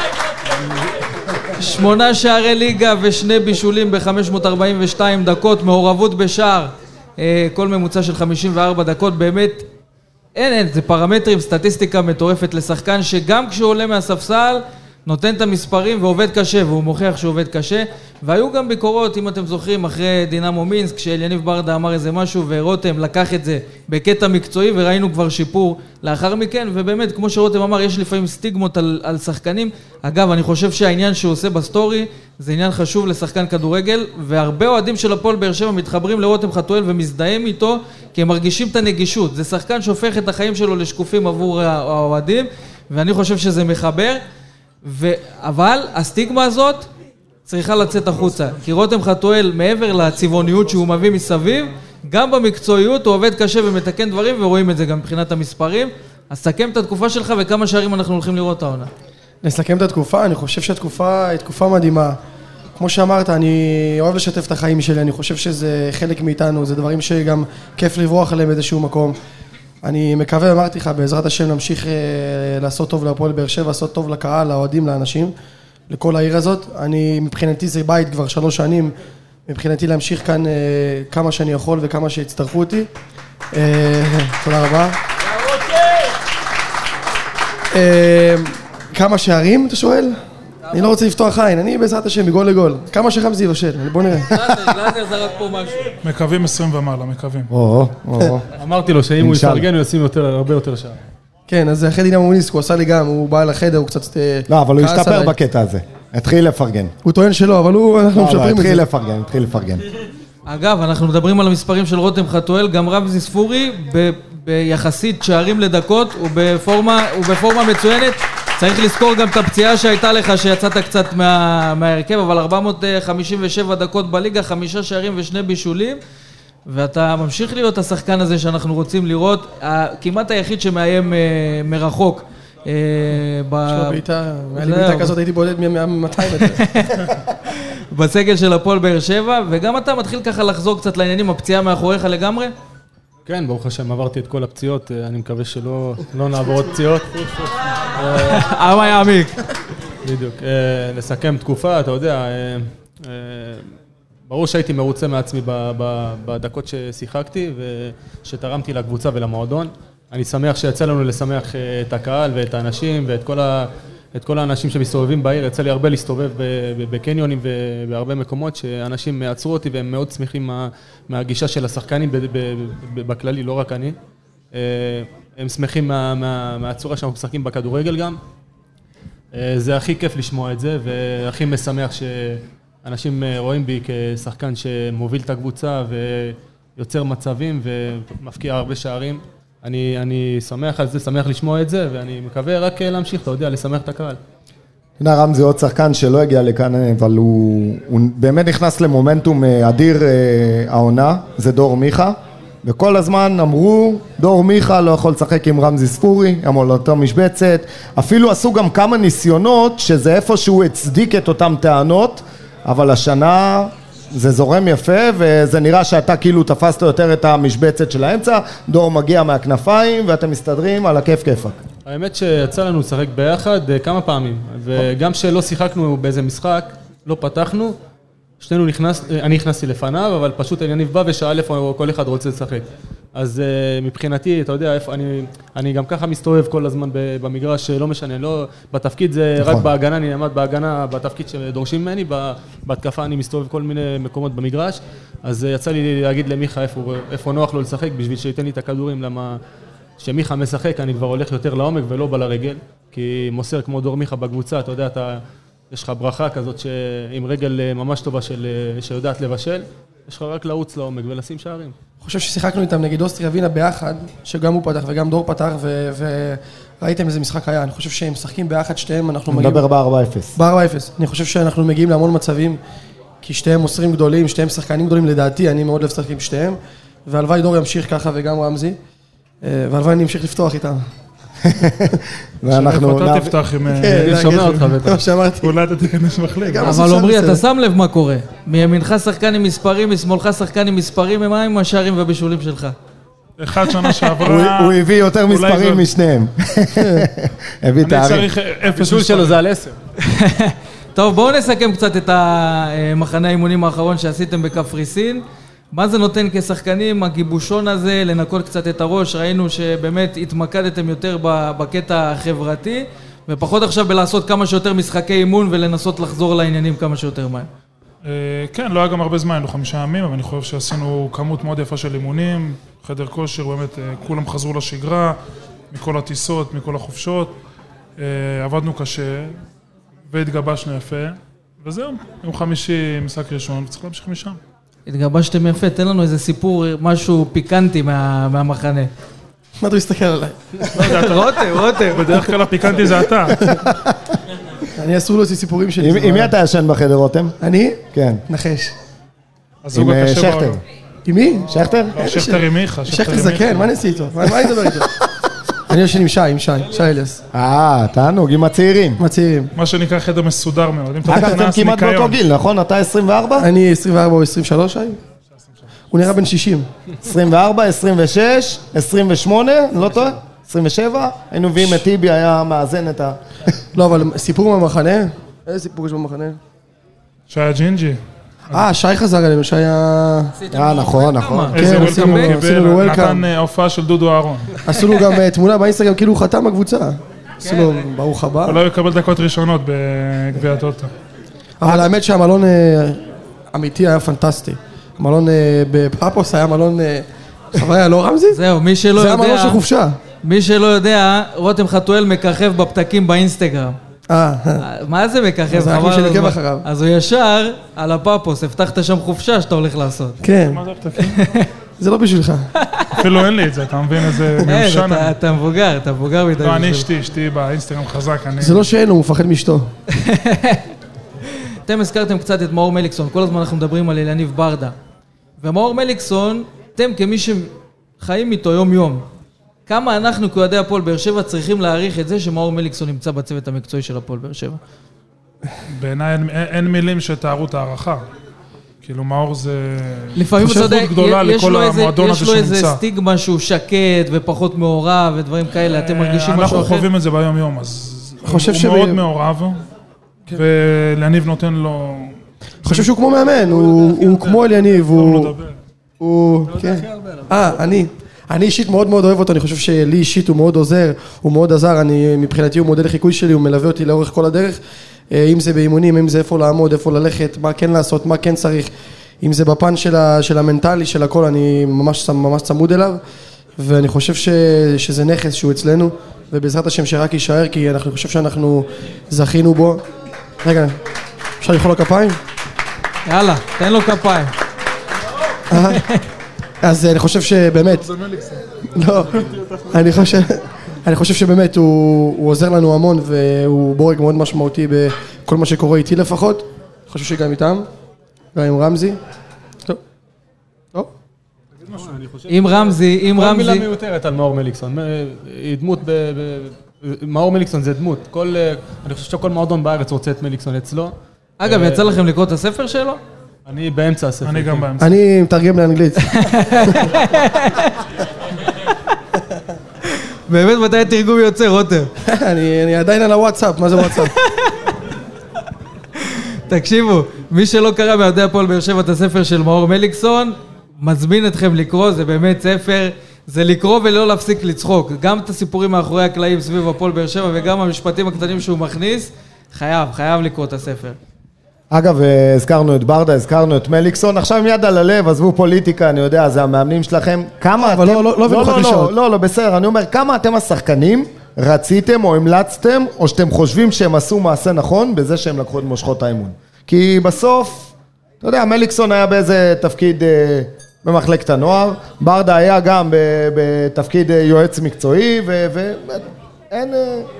8 שערי ליגה ו2 בישולים ב-542 דקות, מעורבות בשער, כל ממוצע של 54 דקות, באמת אין, זה פרמטרים, סטטיסטיקה מטורפת לשחקן שגם כשהוא עולה מהספסל נותן את המספרים ועובד קשה, והוא מוכיח שהוא עובד קשה. והיו גם ביקורות, אם אתם זוכרים, אחרי דינמו מינסק, כשאליניב ברדה אמר איזה משהו, ורותם לקח את זה בקטע מקצועי, וראינו כבר שיפור לאחר מכן, ובאמת, כמו שרותם אמר, יש לפעמים סטיגמות על שחקנים. אגב, אני חושב שהעניין שהוא עושה בסטורי, זה עניין חשוב לשחקן כדורגל, והרבה אוהדים של הפועל באר שבע מתחברים לרותם חתואל ומזדהים איתו, כי הם מרגישים את הנגישות. זה שחקן שהופך את החיים שלו לשקופים עבור האוהדים, ואני חושב שזה מחבר. אבל הסטיגמה הזאת צריכה לצאת החוצה, כי רותם חתואל מעבר לצבעוניות שהוא מביא מסביב, גם במקצועיות הוא עובד קשה ומתקן דברים, ורואים את זה גם מבחינת המספרים. אז סכם את התקופה שלך וכמה שערים אנחנו הולכים לראות העונה. נסכם את התקופה, אני חושב שהתקופה היא תקופה מדהימה. כמו שאמרת, אני אוהב לשתף את החיים שלי, אני חושב שזה חלק מאיתנו, זה דברים שגם כיף לברוח עליהם באיזשהו מקום. אני מקווה, אמרתי לך, בעזרת השם נמשיך לעשות טוב להפועל באר שבע, לעשות טוב לקהל, לאוהדים, לאנשים, לכל העיר הזאת. מבחינתי זה בית כבר 3 שנים, מבחינתי להמשיך כאן כמה שאני יכול וכמה שיצטרכו אותי. תודה רבה. כמה שערים, אתה שואל? אני לא רוצה לפתוח עין, אני בעזרת השם מגול לגול. כמה שחמזי יבשל, בוא נראה. גלאזר זרק פה משהו. מקווים 20 ומעלה, מקווים. אמרתי לו שאם הוא יפרגן הוא ישים הרבה יותר שעה. כן, אז אחרי דינה מוניסק, הוא עשה לי גם, הוא בא לחדר, הוא קצת... לא, אבל הוא השתפר בקטע הזה. התחיל לפרגן. הוא טוען שלא, אבל אנחנו משפרים את זה. התחיל לפרגן. אגב, אנחנו מדברים על המספרים של רותם חתואל, גם רמזי ספורי, ביחסית שערים לדקות, הוא בפורמה מצוינת. צריך לזכור גם את הפציעה שהייתה לך, שיצאת קצת מהרכב, אבל 457 דקות בליגה, 5 שערים ו2 בישולים, ואתה ממשיך להיות השחקן הזה שאנחנו רוצים לראות, כמעט היחיד שמאיים מרחוק. יש לו בעיטה, היה לי בעיטה כזאת, הייתי בודד מ-200 מטר. בסגל של הפועל באר שבע, וגם אתה מתחיל ככה לחזור קצת לעניינים, הפציעה מאחוריך לגמרי? כן, ברוך השם, עברתי את כל הפציעות, אני מקווה שלא נעבור עוד פציעות. מה יעמיק? בדיוק. לסכם תקופה, אתה יודע, ברור שהייתי מרוצה מעצמי בדקות ששיחקתי ושתרמתי לקבוצה ולמועדון. אני שמח שיצא לנו לשמח את הקהל ואת האנשים ואת כל האנשים שמסתובבים בעיר. יצא לי הרבה להסתובב בקניונים ובהרבה מקומות שאנשים עצרו אותי והם מאוד שמחים מהגישה של השחקנים בכללי, לא רק אני. הם שמחים מהצורה שאנחנו משחקים בכדורגל גם. זה הכי כיף לשמוע את זה והכי משמח שאנשים רואים בי כשחקן שמוביל את הקבוצה ויוצר מצבים ומפקיע הרבה שערים. אני שמח על זה, שמח לשמוע את זה, ואני מקווה רק להמשיך, אתה יודע, לשמח את הקהל. הנה רמזי עוד שחקן שלא הגיע לכאן, אבל הוא באמת נכנס למומנטום אדיר העונה, זה דור מיכה, וכל הזמן אמרו, דור מיכה לא יכול לשחק עם רמזי ספורי, אמרו לו יותר משבצת, אפילו עשו גם כמה ניסיונות, שזה איפשהו הצדיק את אותם טענות, אבל השנה... זה זורם יפה, וזה נראה שאתה כאילו תפסת יותר את המשבצת של האמצע, דור מגיע מהכנפיים, ואתם מסתדרים על הכיף כיפק. האמת שיצא לנו לשחק ביחד כמה פעמים, וגם שלא שיחקנו באיזה משחק, לא פתחנו, אני נכנסתי לפניו, אבל פשוט יניב בא ושאל איפה כל אחד רוצה לשחק. אז מבחינתי, אתה יודע, אני גם ככה מסתובב כל הזמן במגרש, לא משנה, לא, בתפקיד זה רק בהגנה, אני נעמד בהגנה, בתפקיד שדורשים ממני, בהתקפה אני מסתובב כל מיני מקומות במגרש, אז יצא לי להגיד למיכה איפה נוח לו לשחק, בשביל שייתן לי את הכדורים, למה שמיכה משחק, אני כבר הולך יותר לעומק ולא בא לרגל, כי מוסר כמו דור מיכה בקבוצה, אתה יודע, יש לך ברכה כזאת עם רגל ממש טובה שיודעת לבשל, יש לך רק לעוץ לעומק ולשים שערים. אני חושב ששיחקנו איתם נגד אוסטריה ווינה ביחד, שגם הוא פתח וגם דור פתח, וראיתם איזה משחק היה. אני חושב שהם משחקים ביחד, שתיהם אנחנו מגיעים... מדבר ב-4-0. ב-4-0. אני חושב שאנחנו מגיעים להמון מצבים, כי שתיהם מוסרים גדולים, שתיהם שחקנים גדולים לדעתי, אני מאוד אוהב לשחק עם שתיהם, והלוואי דור ימשיך ככה וגם רמזי, והלוואי אני אמשיך לפתוח איתם. ואנחנו... אתה תפתח עם... אני שומע אותך בטח. אולי אתה תיכנס מחלק. אבל עומרי, אתה שם לב מה קורה. מימינך שחקן עם מספרים, משמאלך שחקן עם מספרים, מה עם השערים והבישולים שלך? אחד שנה שעברה... הוא הביא יותר מספרים משניהם. הביא תארים. הבישול שלו זה על 10. טוב, בואו נסכם קצת את המחנה האימונים האחרון שעשיתם בקפריסין. מה זה נותן כשחקנים, הגיבושון הזה, לנקות קצת את הראש? ראינו שבאמת התמקדתם יותר בקטע החברתי, ופחות עכשיו בלעשות כמה שיותר משחקי אימון ולנסות לחזור לעניינים כמה שיותר מהר. כן, לא היה גם הרבה זמן, היינו 5 ימים, אבל אני חושב שעשינו כמות מאוד יפה של אימונים, חדר כושר, באמת כולם חזרו לשגרה, מכל הטיסות, מכל החופשות, עבדנו קשה והתגבשנו יפה, וזהו, יום חמישי משחק ראשון, וצריך להמשיך משם. התגבשתם יפה, תן לנו איזה סיפור, משהו פיקנטי מהמחנה. מה אתה מסתכל עליי? רותם. בדרך כלל הפיקנטי זה אתה. אני אסור להוציא סיפורים שלי. עם מי אתה ישן בחדר, רותם? אני? כן. נחש. עם שכטר. עם מי? שכטר? שכטר עם מיכה. שכטר זקן, מה נעשי איתו? מה אני מדבר איתו? אני יושן עם שי אליאס. תענוג, עם הצעירים. עם הצעירים. מה שנקרא חדר מסודר מאוד. אגב, אתם כמעט באותו גיל, נכון? אתה 24? אני 24 או 23, שי? הוא נראה בן 60. 24, 26, 28, לא טועה? 27? היינו מביאים את טיבי, היה מאזן את ה... לא, אבל סיפור מהמחנה? איזה סיפור יש במחנה? שהיה ג'ינג'י. שי חזר אלינו, שי היה... נכון. איזה וולקאם הוא עשינו קיבל, לו וולקאם. נתן הופעה של דודו אהרון. עשו לו גם תמונה באינסטגרם, כאילו הוא חתם בקבוצה. עשו לו ברוך הבא. הוא לא יקבל דקות ראשונות בגביע הטוטו. אבל האמת שהמלון אמיתי היה פנטסטי. המלון בפאפוס היה מלון חוויה, לא רמזי? זהו, מי שלא יודע... זה המלון של חופשה. מי שלא יודע, רותם חתואל מככב בפתקים באינסטגרם. מה זה מככב? זה אחי שנקב אחריו. אז הוא ישר על הפאפוס, הבטחת שם חופשה שאתה הולך לעשות. כן. מה זה הפתקים? זה לא בשבילך. אפילו אין לי את זה, אתה מבין איזה מיושן. אתה מבוגר מדי. לא, אני אשתי באינסטגרם חזק. זה לא שאין, הוא מפחד מאשתו. אתם הזכרתם קצת את מאור מליקסון, כל הזמן אנחנו מדברים על אליניב ברדה. ומאור מליקסון, אתם כמי שחיים איתו יום יום, כמה אנחנו כאוהדי הפועל באר שבע צריכים להעריך את זה שמאור מליקסון נמצא בצוות המקצועי של הפועל באר שבע? בעיניי אין מילים שתארו את הערכה. כאילו מאור זה... לפעמים אתה יודע, יש לו איזה סטיגמה שהוא שקט ופחות מעורב ודברים כאלה, אתם מרגישים משהו אחר? אנחנו חווים את זה ביום יום, אז הוא מאוד מעורב, ולניב נותן לו... אני חושב שהוא כמו מאמן, הוא כמו אליניב, הוא... אני אישית מאוד מאוד אוהב אותו, אני חושב שלי אישית הוא מאוד עוזר, הוא מאוד עזר, מבחינתי הוא מודל לחיקוי שלי, הוא מלווה אותי לאורך כל הדרך, אם זה באימונים, אם זה איפה לעמוד, איפה ללכת, מה כן לעשות, מה כן צריך, אם זה בפן של המנטלי, של הכל, אני ממש צמוד אליו, ואני חושב שזה נכס שהוא אצלנו, ובעזרת השם שרק יישאר, כי אני חושב שאנחנו זכינו בו. רגע, אפשר לאכול לו כפיים? יאללה, תן לו כפיים. אז אני חושב שבאמת, לא, אני חושב שבאמת הוא עוזר לנו המון והוא בורג מאוד משמעותי בכל מה שקורה איתי לפחות. אני חושב שגם איתם, גם עם רמזי. טוב. עם רמזי. כל מילה מיותרת על מאור מליקסון. היא דמות, מאור מליקסון זה דמות. אני חושב שכל מועדון בארץ רוצה את מליקסון אצלו. אגב, יצא לכם לקרוא את הספר שלו? אני באמצע הספר. אני גם באמצע. אני מתרגם לאנגלית. באמת מתי התרגום יוצא, רותם? אני עדיין על הוואטסאפ, מה זה וואטסאפ? תקשיבו, מי שלא קרא מאוהדי הפועל באר שבע את הספר של מאור מליקסון, מזמין אתכם לקרוא, זה באמת ספר, זה לקרוא ולא להפסיק לצחוק. גם את הסיפורים מאחורי הקלעים סביב הפועל באר שבע וגם המשפטים הקטנים שהוא מכניס, חייב לקרוא את הספר. אגב, הזכרנו את ברדה, הזכרנו את מליקסון, עכשיו עם יד על הלב, עזבו פוליטיקה, אני יודע, זה המאמנים שלכם, כמה אתם... לא, בסדר, אני אומר, כמה אתם השחקנים רציתם או המלצתם, או שאתם חושבים שהם עשו מעשה נכון, בזה שהם לקחו את מושכות האימון. כי בסוף, אתה יודע, מליקסון היה באיזה תפקיד במחלקת הנוער, ברדה היה גם בתפקיד יועץ מקצועי, ואין...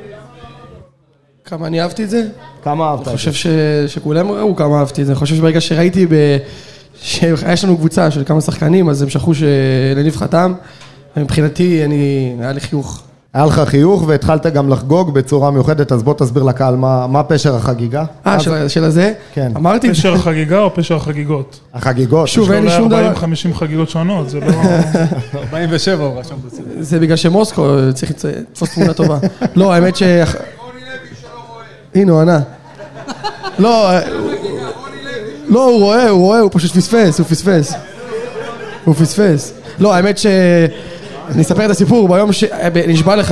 כמה אני אהבתי את זה? כמה אהבת את זה? אני חושב שכולם ראו כמה אהבתי את זה. אני חושב שברגע שראיתי שיש לנו קבוצה של כמה שחקנים, אז הם שכחו שלניב חתם. ומבחינתי, היה לי חיוך. היה לך חיוך והתחלת גם לחגוג בצורה מיוחדת, אז בוא תסביר לקהל מה פשר החגיגה. של הזה? כן. אמרתי... פשר החגיגה או פשר החגיגות? החגיגות. שוב, אין לי שום דבר... 40-50 חגיגות שונות, זה לא... 47 הוא רשם בצד. זה בגלל שמוסקו צריך לתפוס תמונה טובה. לא, האמת ש... הנה, הוא ענה. לא, הוא רואה, הוא פשוט הוא פספס. לא, האמת ש... אני אספר את הסיפור, ביום ש... נשבע לך.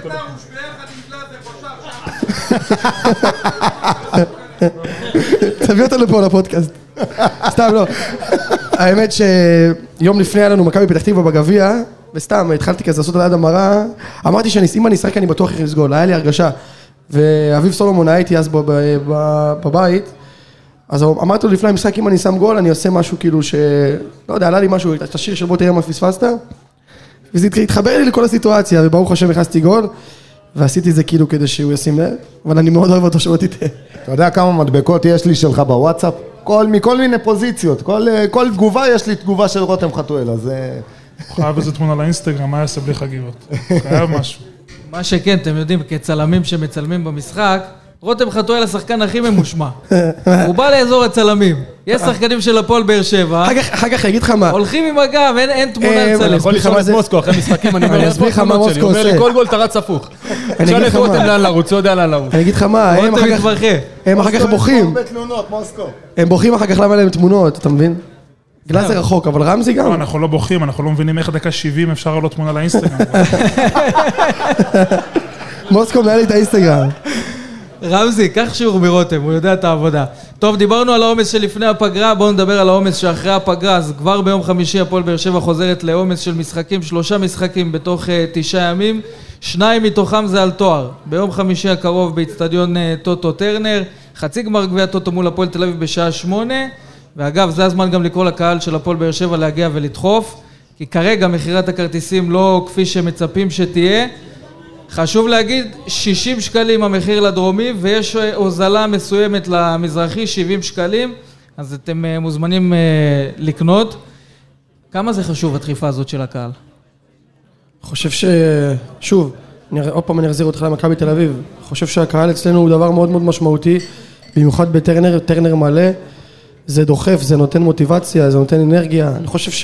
תביא אותו לפה לפודקאסט. סתם, לא. האמת שיום לפני היה לנו מכבי פתח תקווה בגביע, וסתם, התחלתי כזה לעשות על יד המראה, אמרתי שאם אני אשחק אני בטוח איך לסגול, היה לי הרגשה. ואביב סולומון היה איתי אז בבית, אז אמרתי לו לפני המשחק, אם אני שם גול, אני עושה משהו כאילו לא יודע, עלה לי משהו, את השיר של בוא תראה מה פספסת, וזה התחבר לי לכל הסיטואציה, וברוך השם הכנסתי גול, ועשיתי זה כאילו כדי שהוא ישים לב, אבל אני מאוד אוהב אותו שלא תטעה. אתה יודע כמה מדבקות יש לי שלך בוואטסאפ? מכל מיני פוזיציות, כל תגובה יש לי תגובה של רותם חתואל, אז... חייב איזה תמונה לאינסטגרם, מה יעשה בלי חגיגות? חייב משהו. מה שכן, אתם יודעים, כצלמים שמצלמים במשחק, רותם חתואל השחקן הכי ממושמע. הוא בא לאזור הצלמים. יש שחקנים של הפועל באר שבע. אחר כך יגיד לך מה. הולכים עם הגב, אין תמונה לצלם. אני יכול לשאול את מוסקו אחרי משחקים, אני אומר מוסקו הוא אומר לי כל גול תרץ הפוך. שאל את רותם לאן לרוץ, הוא יודע לאן לרוץ. אני אגיד לך מה, הם אחר כך בוכים. הם בוכים אחר כך למה להם תמונות, אתה מבין? גלאזר רחוק, אבל רמזי גם. אנחנו לא בוכים, אנחנו לא מבינים איך דקה 70 אפשר לעלות תמונה לאינסטגרם. מוסקו מנהל לי את האינסטגרם. רמזי, קח שיעור מרותם, הוא יודע את העבודה. טוב, דיברנו על העומס שלפני הפגרה, בואו נדבר על העומס שאחרי הפגרה, אז כבר ביום חמישי הפועל באר שבע חוזרת לעומס של משחקים, 3 משחקים בתוך 9 ימים, 2 מתוכם זה על תואר. ביום חמישי הקרוב באצטדיון טוטו טרנר, חצי גמר גביע טוטו מול הפועל תל אביב בשעה 8, ואגב, זה הזמן גם לקרוא לקהל של הפועל באר שבע להגיע ולדחוף, כי כרגע מחירת הכרטיסים לא כפי שמצפים שתהיה, חשוב להגיד, 60 שקלים המחיר לדרומי, ויש הוזלה מסוימת למזרחי, 70 שקלים, אז אתם מוזמנים לקנות. כמה זה חשוב, הדחיפה הזאת של הקהל? חושב שוב, עוד פעם אני אחזיר אותך למכבי תל אביב, חושב שהקהל אצלנו הוא דבר מאוד מאוד משמעותי, במיוחד בטרנר, טרנר מלא, זה דוחף, זה נותן מוטיבציה, זה נותן אנרגיה, אני חושב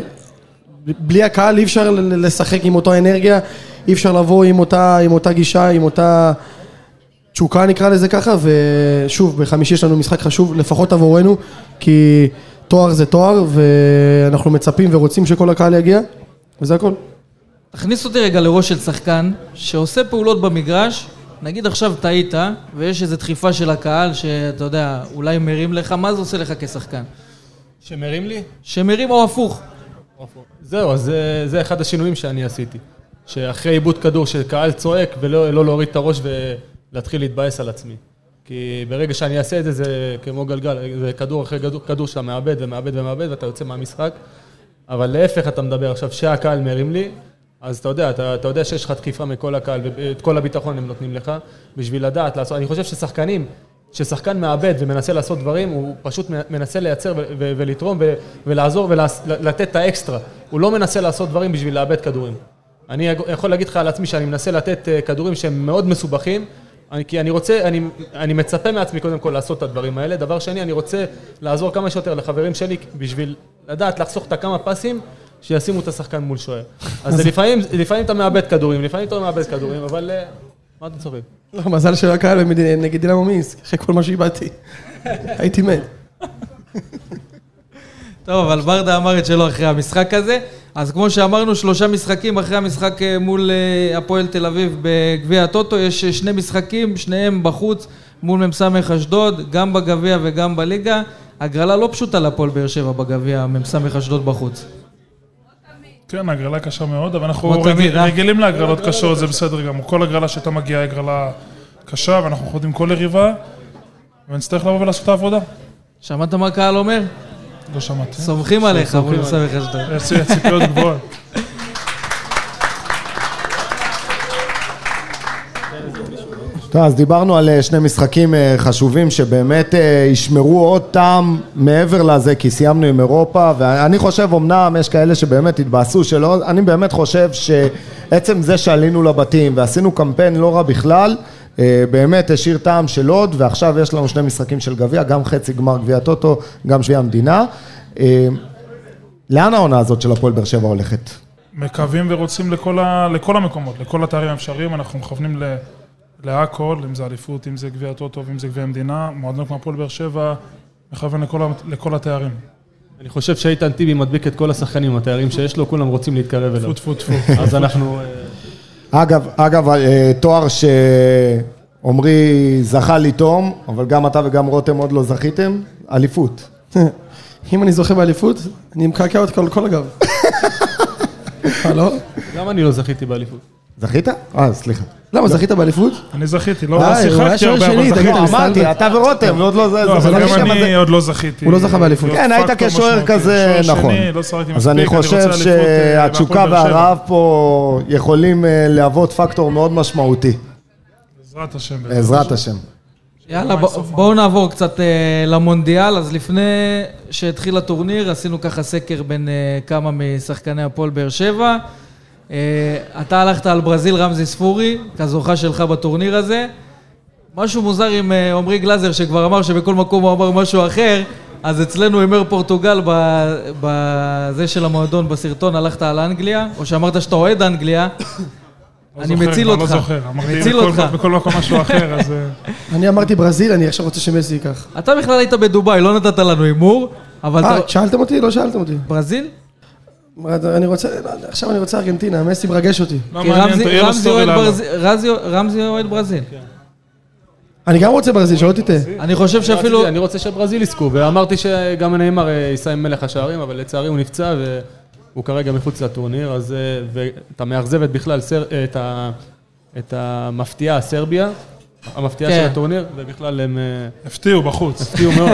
שבלי הקהל אי אפשר לשחק עם אותו אנרגיה, אי אפשר לבוא עם אותה גישה, עם אותה תשוקה נקרא לזה ככה, ושוב, בחמישי יש לנו משחק חשוב, לפחות עבורנו, כי תואר זה תואר, ואנחנו מצפים ורוצים שכל הקהל יגיע, וזה הכל. תכניס אותי רגע לראש של שחקן, שעושה פעולות במגרש, נגיד עכשיו טעית, ויש איזו דחיפה של הקהל, שאתה יודע, אולי מרים לך, מה זה עושה לך כשחקן? שמרים לי? שמרים או הפוך. זהו, אז זה אחד השינויים שאני עשיתי. שאחרי איבוד כדור שקהל צועק ולא להוריד את הראש ולהתחיל להתבאס על עצמי. כי ברגע שאני אעשה את זה, זה כמו גלגל, זה כדור אחרי כדור שאתה מאבד ומאבד ומאבד ואתה יוצא מהמשחק. אבל להפך אתה מדבר עכשיו שהקהל מרים לי, אז אתה יודע שיש לך דחיפה מכל הקהל ואת כל הביטחון הם נותנים לך בשביל לדעת לעשות. אני חושב ששחקן מאבד ומנסה לעשות דברים, הוא פשוט מנסה לייצר ולתרום ולעזור ולתת את האקסטרה. הוא לא מנסה לעשות דברים בשביל לאבד כדורים. אני יכול להגיד לך על עצמי שאני מנסה לתת כדורים שהם מאוד מסובכים, כי אני מצפה מעצמי קודם כל לעשות את הדברים האלה. דבר שני, אני רוצה לעזור כמה שיותר לחברים שלי בשביל לדעת לחסוך את כמה פסים שישימו את השחקן מול שוער. אז לפעמים אתה מאבד כדורים, אבל מה אתה צוחק? לא, מזל של הקהל נגד דינמו מינסק, אחרי כל מה שאיבדתי. הייתי מת. טוב, אבל ברדה אמר את שלו אחרי המשחק הזה. אז כמו שאמרנו, 3 משחקים אחרי המשחק מול הפועל תל אביב בגביע הטוטו, יש 2 משחקים, שניהם בחוץ מול ממסמך אשדוד, גם בגביע וגם בליגה. הגרלה לא פשוטה לפועל באר שבע בגביע, ממסמך אשדוד בחוץ. כן, הגרלה קשה מאוד, אבל אנחנו רגילים להגרלות קשות, זה בסדר גם. כל הגרלה שאתה מגיעה היא הגרלה קשה, ואנחנו חודים כל יריבה, ונצטרך לבוא ולעשות את העבודה. שמעת מה הקהל אומר? לא שמעתי. סומכים עליך, מול ממסמך אשדוד. יש ציפיות גבוהות. טוב, אז דיברנו על 2 משחקים חשובים שבאמת ישמרו עוד טעם מעבר לזה, כי סיימנו עם אירופה, ואני חושב, אמנם יש כאלה שבאמת התבאסו שלא, אני באמת חושב שעצם זה שעלינו לבתים ועשינו קמפיין לא רע בכלל, באמת השאיר טעם של עוד, ועכשיו יש לנו 2 משחקים של גביע, גם חצי גמר גביע טוטו, גם גביע המדינה. לאן העונה הזאת של הפועל באר שבע הולכת? מקווים ורוצים לכל המקומות, לכל התארים האפשריים, אנחנו מכוונים להכל, אם זה אליפות, אם זה גביע טוטו, אם זה גביע המדינה, מועדון כמו הפועל באר שבע, מכוון לכל התארים. אני חושב שאיתן טיבי מדביק את כל השחקנים, התארים שיש לו, כולם רוצים להתקרב אליו. טפו. אז אנחנו... אגב, תואר שעומרי זכה לתום, אבל גם אתה וגם רותם עוד לא זכיתם, אליפות. אם אני זוכה באליפות, אני מקעקע עוד כל הגב. לא? גם אני לא זכיתי באליפות. זכית? סליחה. למה, זכית באליפות? אני זכיתי, לא שיחקתי הרבה, אבל זכיתי. אמרתי, אתה ורותם, ועוד לא זה. אבל גם אני עוד לא זכיתי. הוא לא זכה באליפות. כן, היית כשוער כזה, נכון. אז אני חושב שהתשוקה והרעב פה יכולים להוות פקטור מאוד משמעותי. בעזרת השם. בעזרת השם. יאללה, בואו נעבור קצת למונדיאל. אז לפני שהתחיל הטורניר, עשינו ככה סקר בין כמה משחקני הפועל באר שבע. אתה הלכת על ברזיל רמזי ספורי, כזוכה שלך בטורניר הזה. משהו מוזר עם עומרי גלזר, שכבר אמר שבכל מקום הוא אמר משהו אחר, אז אצלנו אמר פורטוגל בזה של המועדון, בסרטון, הלכת על אנגליה, או שאמרת שאתה אוהד אנגליה, אני מציל אותך. לא זוכר, אמרתי בכל מקום משהו אחר, אז... אני אמרתי ברזיל, אני עכשיו רוצה שמסי ייקח. אתה בכלל היית בדוביי, לא נתת לנו הימור, אבל... שאלתם אותי? לא שאלתם אותי. ברזיל? עכשיו אני רוצה ארגנטינה, מסי מרגש אותי. כי רמזי אוהד ברזיל. אני גם רוצה ברזיל, שלא תטעה. אני חושב שאפילו... אני רוצה שברזיל יזכו, ואמרתי שגם ניימר ייסע עם מלך השערים, אבל לצערי הוא נפצע והוא כרגע מחוץ לטורניר, אז אתה מאכזבת בכלל את המפתיעה, סרביה, המפתיעה של הטורניר, ובכלל הם... הפתיעו בחוץ. הפתיעו מאוד.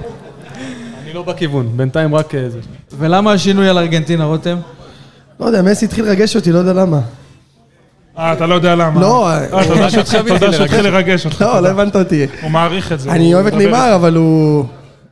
אני לא בכיוון, בינתיים רק זה. ולמה השינוי על ארגנטינה, רותם? לא יודע, מסי התחיל לרגש אותי, לא יודע למה. אתה לא יודע למה. לא. תודה שהתחיל לרגש אותך. לא הבנת אותי. הוא מעריך את זה. אני אוהב את ניימר, אבל הוא...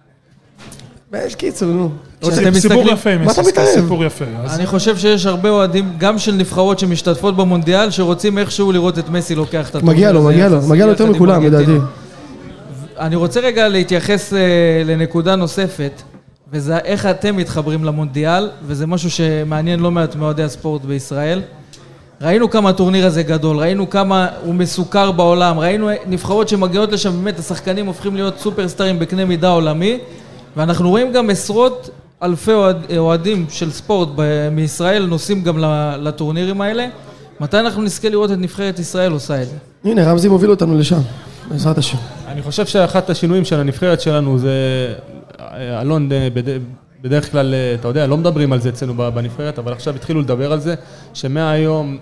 יש קיצור, נו. סיפור יפה, מה אתה מתאהב? סיפור יפה. אני חושב שיש הרבה אוהדים, גם של נבחרות שמשתתפות במונדיאל, שרוצים איכשהו לראות את מסי לוקח את הטורניר. מגיע לו יותר מכולם, לדעתי. אני רוצה רגע להתייחס לנקודה נוספת, וזה איך אתם מתחברים למונדיאל, וזה משהו שמעניין לא מעט מאוהדי הספורט בישראל. ראינו כמה הטורניר הזה גדול, ראינו כמה הוא מסוכר בעולם, ראינו נבחרות שמגיעות לשם, באמת השחקנים הופכים להיות סופרסטארים בקנה מידה עולמי, ואנחנו רואים גם עשרות אלפי אוהדים של ספורט מישראל נוסעים גם לטורנירים האלה. מתי אנחנו נזכה לראות את נבחרת ישראל עושה את זה? הנה, רמזי מוביל אותנו לשם, בעזרת השם. אני חושב שאחת השינויים של הנבחרת שלנו זה, אלון בדרך כלל, אתה יודע, לא מדברים על זה אצלנו בנבחרת, אבל עכשיו התחילו לדבר על זה, שמהיום,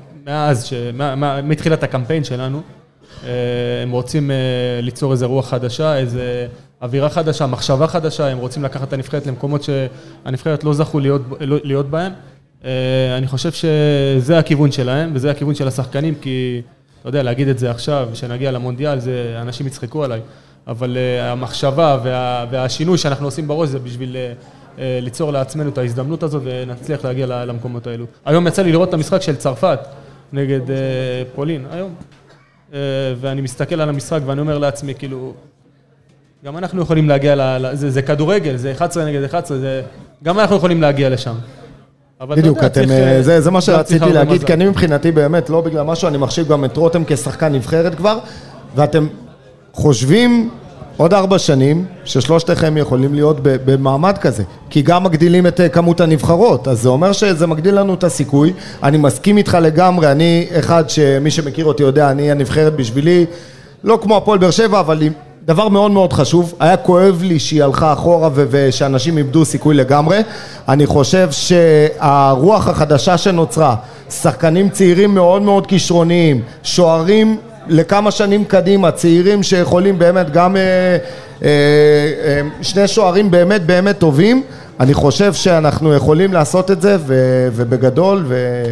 מתחילת הקמפיין שלנו, הם רוצים ליצור איזו רוח חדשה, איזו אווירה חדשה, מחשבה חדשה, הם רוצים לקחת את הנבחרת למקומות שהנבחרת לא זכו להיות בהם. אני חושב שזה הכיוון שלהם, וזה הכיוון של השחקנים, כי, אתה יודע, להגיד את זה עכשיו, שנגיע למונדיאל, זה, אנשים יצחקו עליי, אבל המחשבה והשינוי שאנחנו עושים בראש זה בשביל ליצור לעצמנו את ההזדמנות הזאת ונצליח להגיע למקומות האלו. היום יצא לי לראות את המשחק של צרפת נגד פולין, היום. ואני מסתכל על המשחק ואני אומר לעצמי, כאילו, גם אנחנו יכולים להגיע, זה כדורגל, זה 11 נגד 11, גם אנחנו יכולים להגיע לשם. בדיוק, זה מה שרציתי להגיד, כי אני מבחינתי באמת, לא בגלל משהו, אני מחשיב גם את רותם כשחקן נבחרת כבר, ואתם חושבים עוד 4 שנים ששלושתכם יכולים להיות במעמד כזה, כי גם מגדילים את כמות הנבחרות, אז זה אומר שזה מגדיל לנו את הסיכוי. אני מסכים איתך לגמרי, אני אחד שמי שמכיר אותי יודע, אני הנבחרת בשבילי, לא כמו הפועל באר שבע, אבל דבר מאוד מאוד חשוב, היה כואב לי שהיא הלכה אחורה ושאנשים איבדו סיכוי לגמרי. אני חושב שהרוח החדשה שנוצרה, שחקנים צעירים מאוד מאוד כישרוניים, שוערים לכמה שנים קדימה, צעירים שיכולים באמת גם שני שוערים באמת באמת טובים, אני חושב שאנחנו יכולים לעשות את זה ובגדול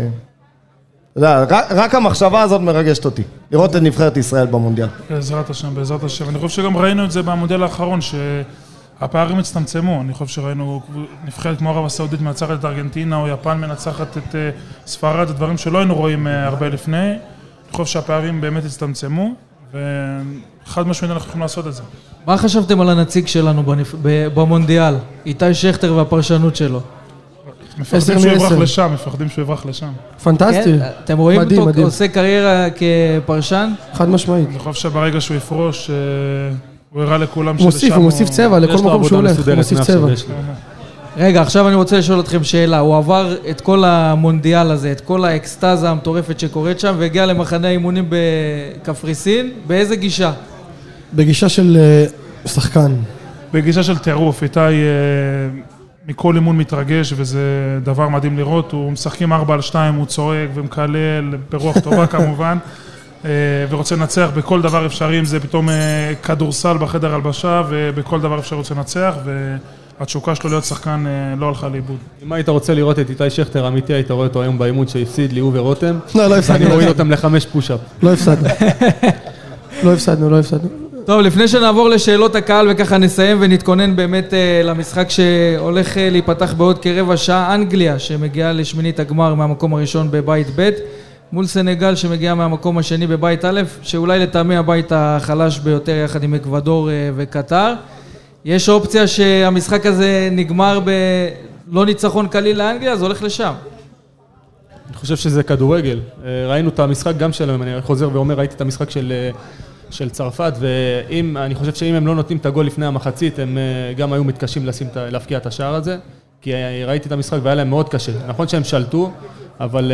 רק המחשבה הזאת מרגשת אותי, לראות את נבחרת ישראל במונדיאל. בעזרת השם, בעזרת השם. אני חושב שגם ראינו את זה במונדיאל האחרון, שהפערים הצטמצמו. אני חושב שראינו נבחרת כמו ערב הסעודית מנצחת את ארגנטינה, או יפן מנצחת את ספרד, הדברים שלא היינו רואים הרבה לפני. אני חושב שהפערים באמת הצטמצמו, וחד משמעית אנחנו יכולים לעשות את זה. מה חשבתם על הנציג שלנו במונדיאל? איתי שכטר והפרשנות שלו. מפחדים שהוא יברח לשם, מפחדים שהוא יברח לשם. פנטסטי. אתם רואים אותו עושה קריירה כפרשן? חד משמעית. אני חושב שברגע שהוא יפרוש, הוא יראה לכולם שלשם. הוא מוסיף צבע לכל מקום שהוא הולך, הוא מוסיף צבע. רגע, עכשיו אני רוצה לשאול אתכם שאלה. הוא עבר את כל המונדיאל הזה, את כל האקסטאזה המטורפת שקורית שם, והגיע למחנה אימונים בקפריסין. באיזה גישה? בגישה של שחקן. בגישה של טירוף. איתי מכל אימון מתרגש, וזה דבר מדהים לראות. הוא משחקים 4-2, הוא צועק ומקלל, ברוח טובה כמובן, ורוצה לנצח בכל דבר אפשרי, אם זה פתאום כדורסל בחדר הלבשה, ובכל דבר אפשר רוצה לנצח, והתשוקה שלו להיות שחקן לא הלכה לאיבוד. אם היית רוצה לראות את איתי שכטר אמיתי, היית רואה אותו היום באימון שהפסיד לי, הוא ורותם. לא הפסדנו. אני מוריד אותם ל5 פוש-אפ. לא הפסדנו. לא הפסדנו. טוב, לפני שנעבור לשאלות הקהל וככה נסיים ונתכונן באמת למשחק שהולך להיפתח בעוד כרבע שעה, אנגליה שמגיעה לשמינית הגמר מהמקום הראשון בבית ב' מול סנגל שמגיעה מהמקום השני בבית א', שאולי לטעמי הבית החלש ביותר יחד עם אקוודור וקטר. יש אופציה שהמשחק הזה נגמר בלא ניצחון קליל לאנגליה, אז הולך לשם. אני חושב שזה כדורגל. ראינו את המשחק גם שלהם, אני חוזר ואומר, ראיתי את המשחק של צרפת, ואני חושב שאם הם לא נותנים את הגול לפני המחצית, הם גם היו מתקשים להפקיע את השער הזה, כי ראיתי את המשחק והיה להם מאוד קשה. נכון שהם שלטו, אבל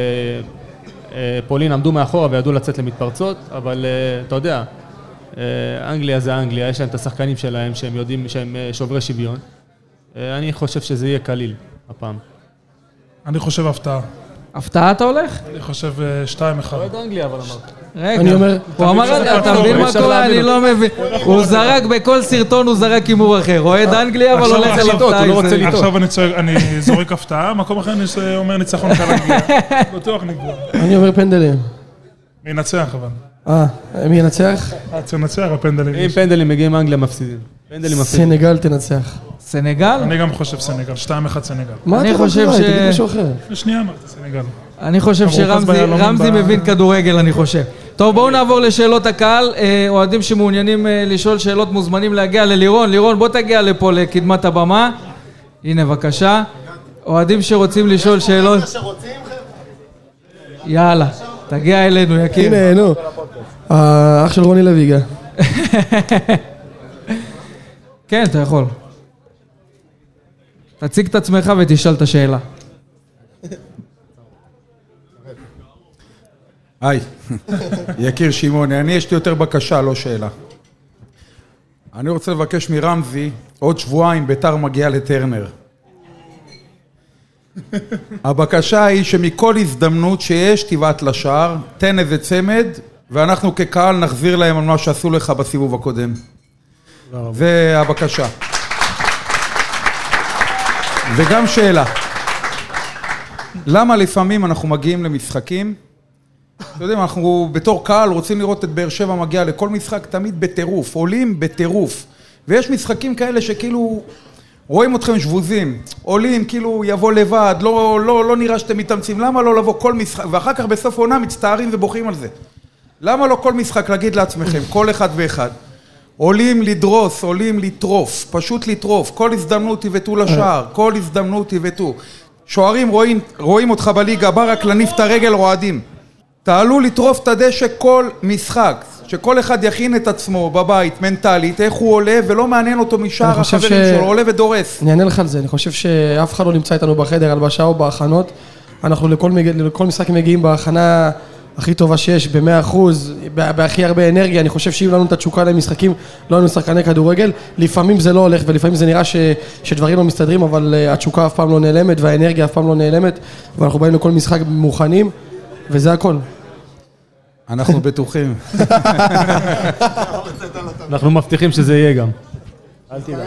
פולין עמדו מאחורה וידעו לצאת למתפרצות, אבל אתה יודע, אנגליה זה אנגליה, יש להם את השחקנים שלהם שהם יודעים שהם שוברי שוויון. אני חושב שזה יהיה קליל הפעם. אני חושב הפתעה. הפתעה אתה הולך? אני חושב 2-1. אוהד אנגליה אבל אמרת. רגע, אני אומר, הוא אמר, אתה מבין מה קורה? אני לא מבין. הוא זרק בכל סרטון, הוא זרק הימור אחר. אוהד אנגליה, אבל הולך על הפתעה. עכשיו אני זורק הפתעה, מקום אחר אני אומר ניצחון של אנגליה. בטוח נגמר. אני אומר פנדלים. מי ינצח אבל? מי ינצח? תנצח הפנדלים. אם פנדלים מגיעים אנגליה מפסידים. סנגל תנצח. סנגל? אני גם חושב סנגל, 2-1 סנגל. מה אתה חושב תגיד משהו אחר. שנייה אמרת סנגל. אני חושב שרמזי מבין כדורגל, אני חושב. טוב, בואו נעבור לשאלות הקהל. אוהדים שמעוניינים לשאול שאלות מוזמנים להגיע ללירון. לירון, בוא תגיע לפה לקדמת הבמה. הנה, בבקשה. אוהדים שרוצים לשאול שאלות. יאללה, תגיע אלינו, יקיר. הנה, נו. האח של רוני לוי הגיע. כן, אתה יכול. תציג את עצמך ותשאל את השאלה. היי, יקיר שמעוני, אני יש לי יותר בקשה, לא שאלה. אני רוצה לבקש מרמזי, עוד שבועיים ביתר מגיע לטרנר. הבקשה היא שמכל הזדמנות שיש תבעט לשער, תן איזה צמד, ואנחנו כקהל נחזיר להם על מה שעשו לך בסיבוב הקודם. זה הבקשה. וגם שאלה. למה לפעמים אנחנו מגיעים למשחקים, אתה יודע, אנחנו בתור קהל רוצים לראות את באר שבע מגיע לכל משחק תמיד בטירוף, עולים בטירוף. ויש משחקים כאלה שכאילו רואים אתכם שבוזים, עולים כאילו יבוא לבד, לא נראה שאתם מתאמצים, למה לא לבוא כל משחק, ואחר כך בסוף עונה מצטערים ובוכים על זה. למה לא כל משחק להגיד לעצמכם, כל אחד ואחד, עולים לדרוס, עולים לטרוף, פשוט לטרוף, כל הזדמנות תיבטו לשער, כל הזדמנות תיבטו. שוערים רואים אותך בליגה, בא רק להניף את הרגל רועדים. תעלו לטרוף את הדשא כל משחק, שכל אחד יכין את עצמו בבית, מנטלית, איך הוא עולה, ולא מעניין אותו משאר החברים שלו, עולה ודורס. אני אענה לך על זה, אני חושב שאף אחד לא נמצא איתנו בחדר, הלבשה או בהכנות. אנחנו לכל משחק מגיעים בהכנה הכי טובה שיש, ב100%, בהכי הרבה אנרגיה. אני חושב שאם לנו את התשוקה למשחקים, לא היינו שחקני כדורגל. לפעמים זה לא הולך, ולפעמים זה נראה שדברים לא מסתדרים, אבל התשוקה אף פעם לא נעלמת, והאנרגיה אף פעם לא נעלמת, ואנחנו באים לכל משחק מוכנים, וזה הכל. אנחנו בטוחים. אנחנו מבטיחים שזה יהיה גם. אל תדאג.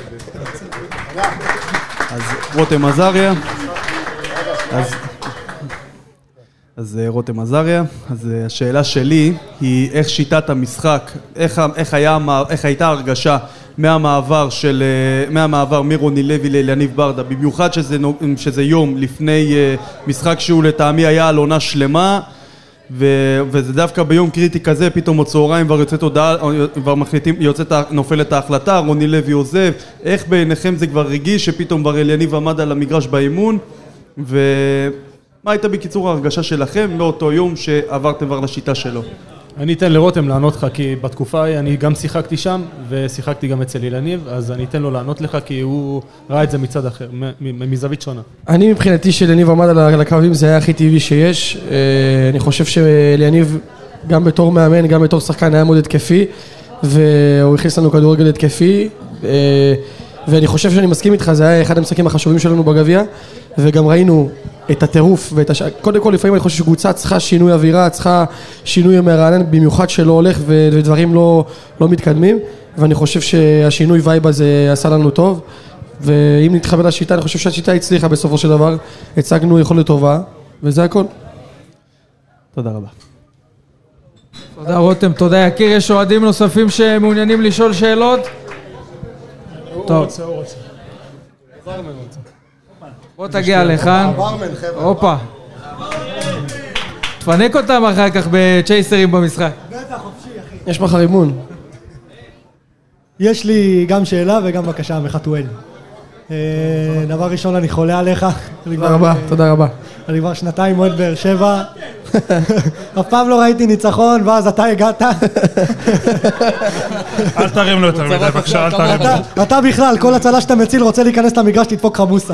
אז רותם עזריה. אז רותם עזריה. אז השאלה שלי היא איך שיטת המשחק, איך הייתה הרגשה מהמעבר מרוני לוי לאליניב ברדה, במיוחד שזה יום לפני משחק שהוא לטעמי היה על עונה שלמה, וזה דווקא ביום קריטי כזה, פתאום הצהריים כבר יוצאת הודעה, כבר מחליטים, נופלת ההחלטה, רוני לוי עוזב. איך בעיניכם זה כבר רגיש שפתאום כבר אליניב עמד על המגרש באימון, ומה הייתה בקיצור ההרגשה שלכם מאותו יום שעברתם כבר לשיטה שלו? אני אתן לרותם לענות לך, כי בתקופה אני גם שיחקתי שם, ושיחקתי גם אצל אליניב, אז אני אתן לו לענות לך, כי הוא ראה את זה מצד אחר, מזווית שונה. אני מבחינתי שאליניב עמד על הקווים, זה היה הכי טבעי שיש. אני חושב שאליניב, גם בתור מאמן, גם בתור שחקן, היה מאוד התקפי, והוא הכניס לנו כדורגל התקפי, ואני חושב שאני מסכים איתך, זה היה אחד המשחקים החשובים שלנו בגביע, וגם ראינו את הטירוף, קודם כל לפעמים אני חושב שקבוצה צריכה שינוי אווירה, צריכה שינוי מרענן, במיוחד שלא הולך ודברים לא מתקדמים, ואני חושב שהשינוי וייב הזה עשה לנו טוב, ואם נתחבר לשיטה, אני חושב שהשיטה הצליחה בסופו של דבר, הצגנו יכולת טובה, וזה הכל. תודה רבה. תודה רותם, תודה יקיר. יש אוהדים נוספים שמעוניינים לשאול שאלות? טוב. בוא תגיע לכאן. הופה. תפנק אותם אחר כך בצ'ייסרים במשחק. יש מחר אימון. יש לי גם שאלה וגם בקשה מחתואל. דבר ראשון, אני חולה עליך. תודה רבה, תודה רבה. אני כבר שנתיים אוהד באר שבע. אף פעם לא ראיתי ניצחון, ואז אתה הגעת. אל תרים לו יותר מדי, בבקשה, אל תרים לו. אתה בכלל, כל הצלה שאתה מציל רוצה להיכנס למגרש, תדפוק חמוסה.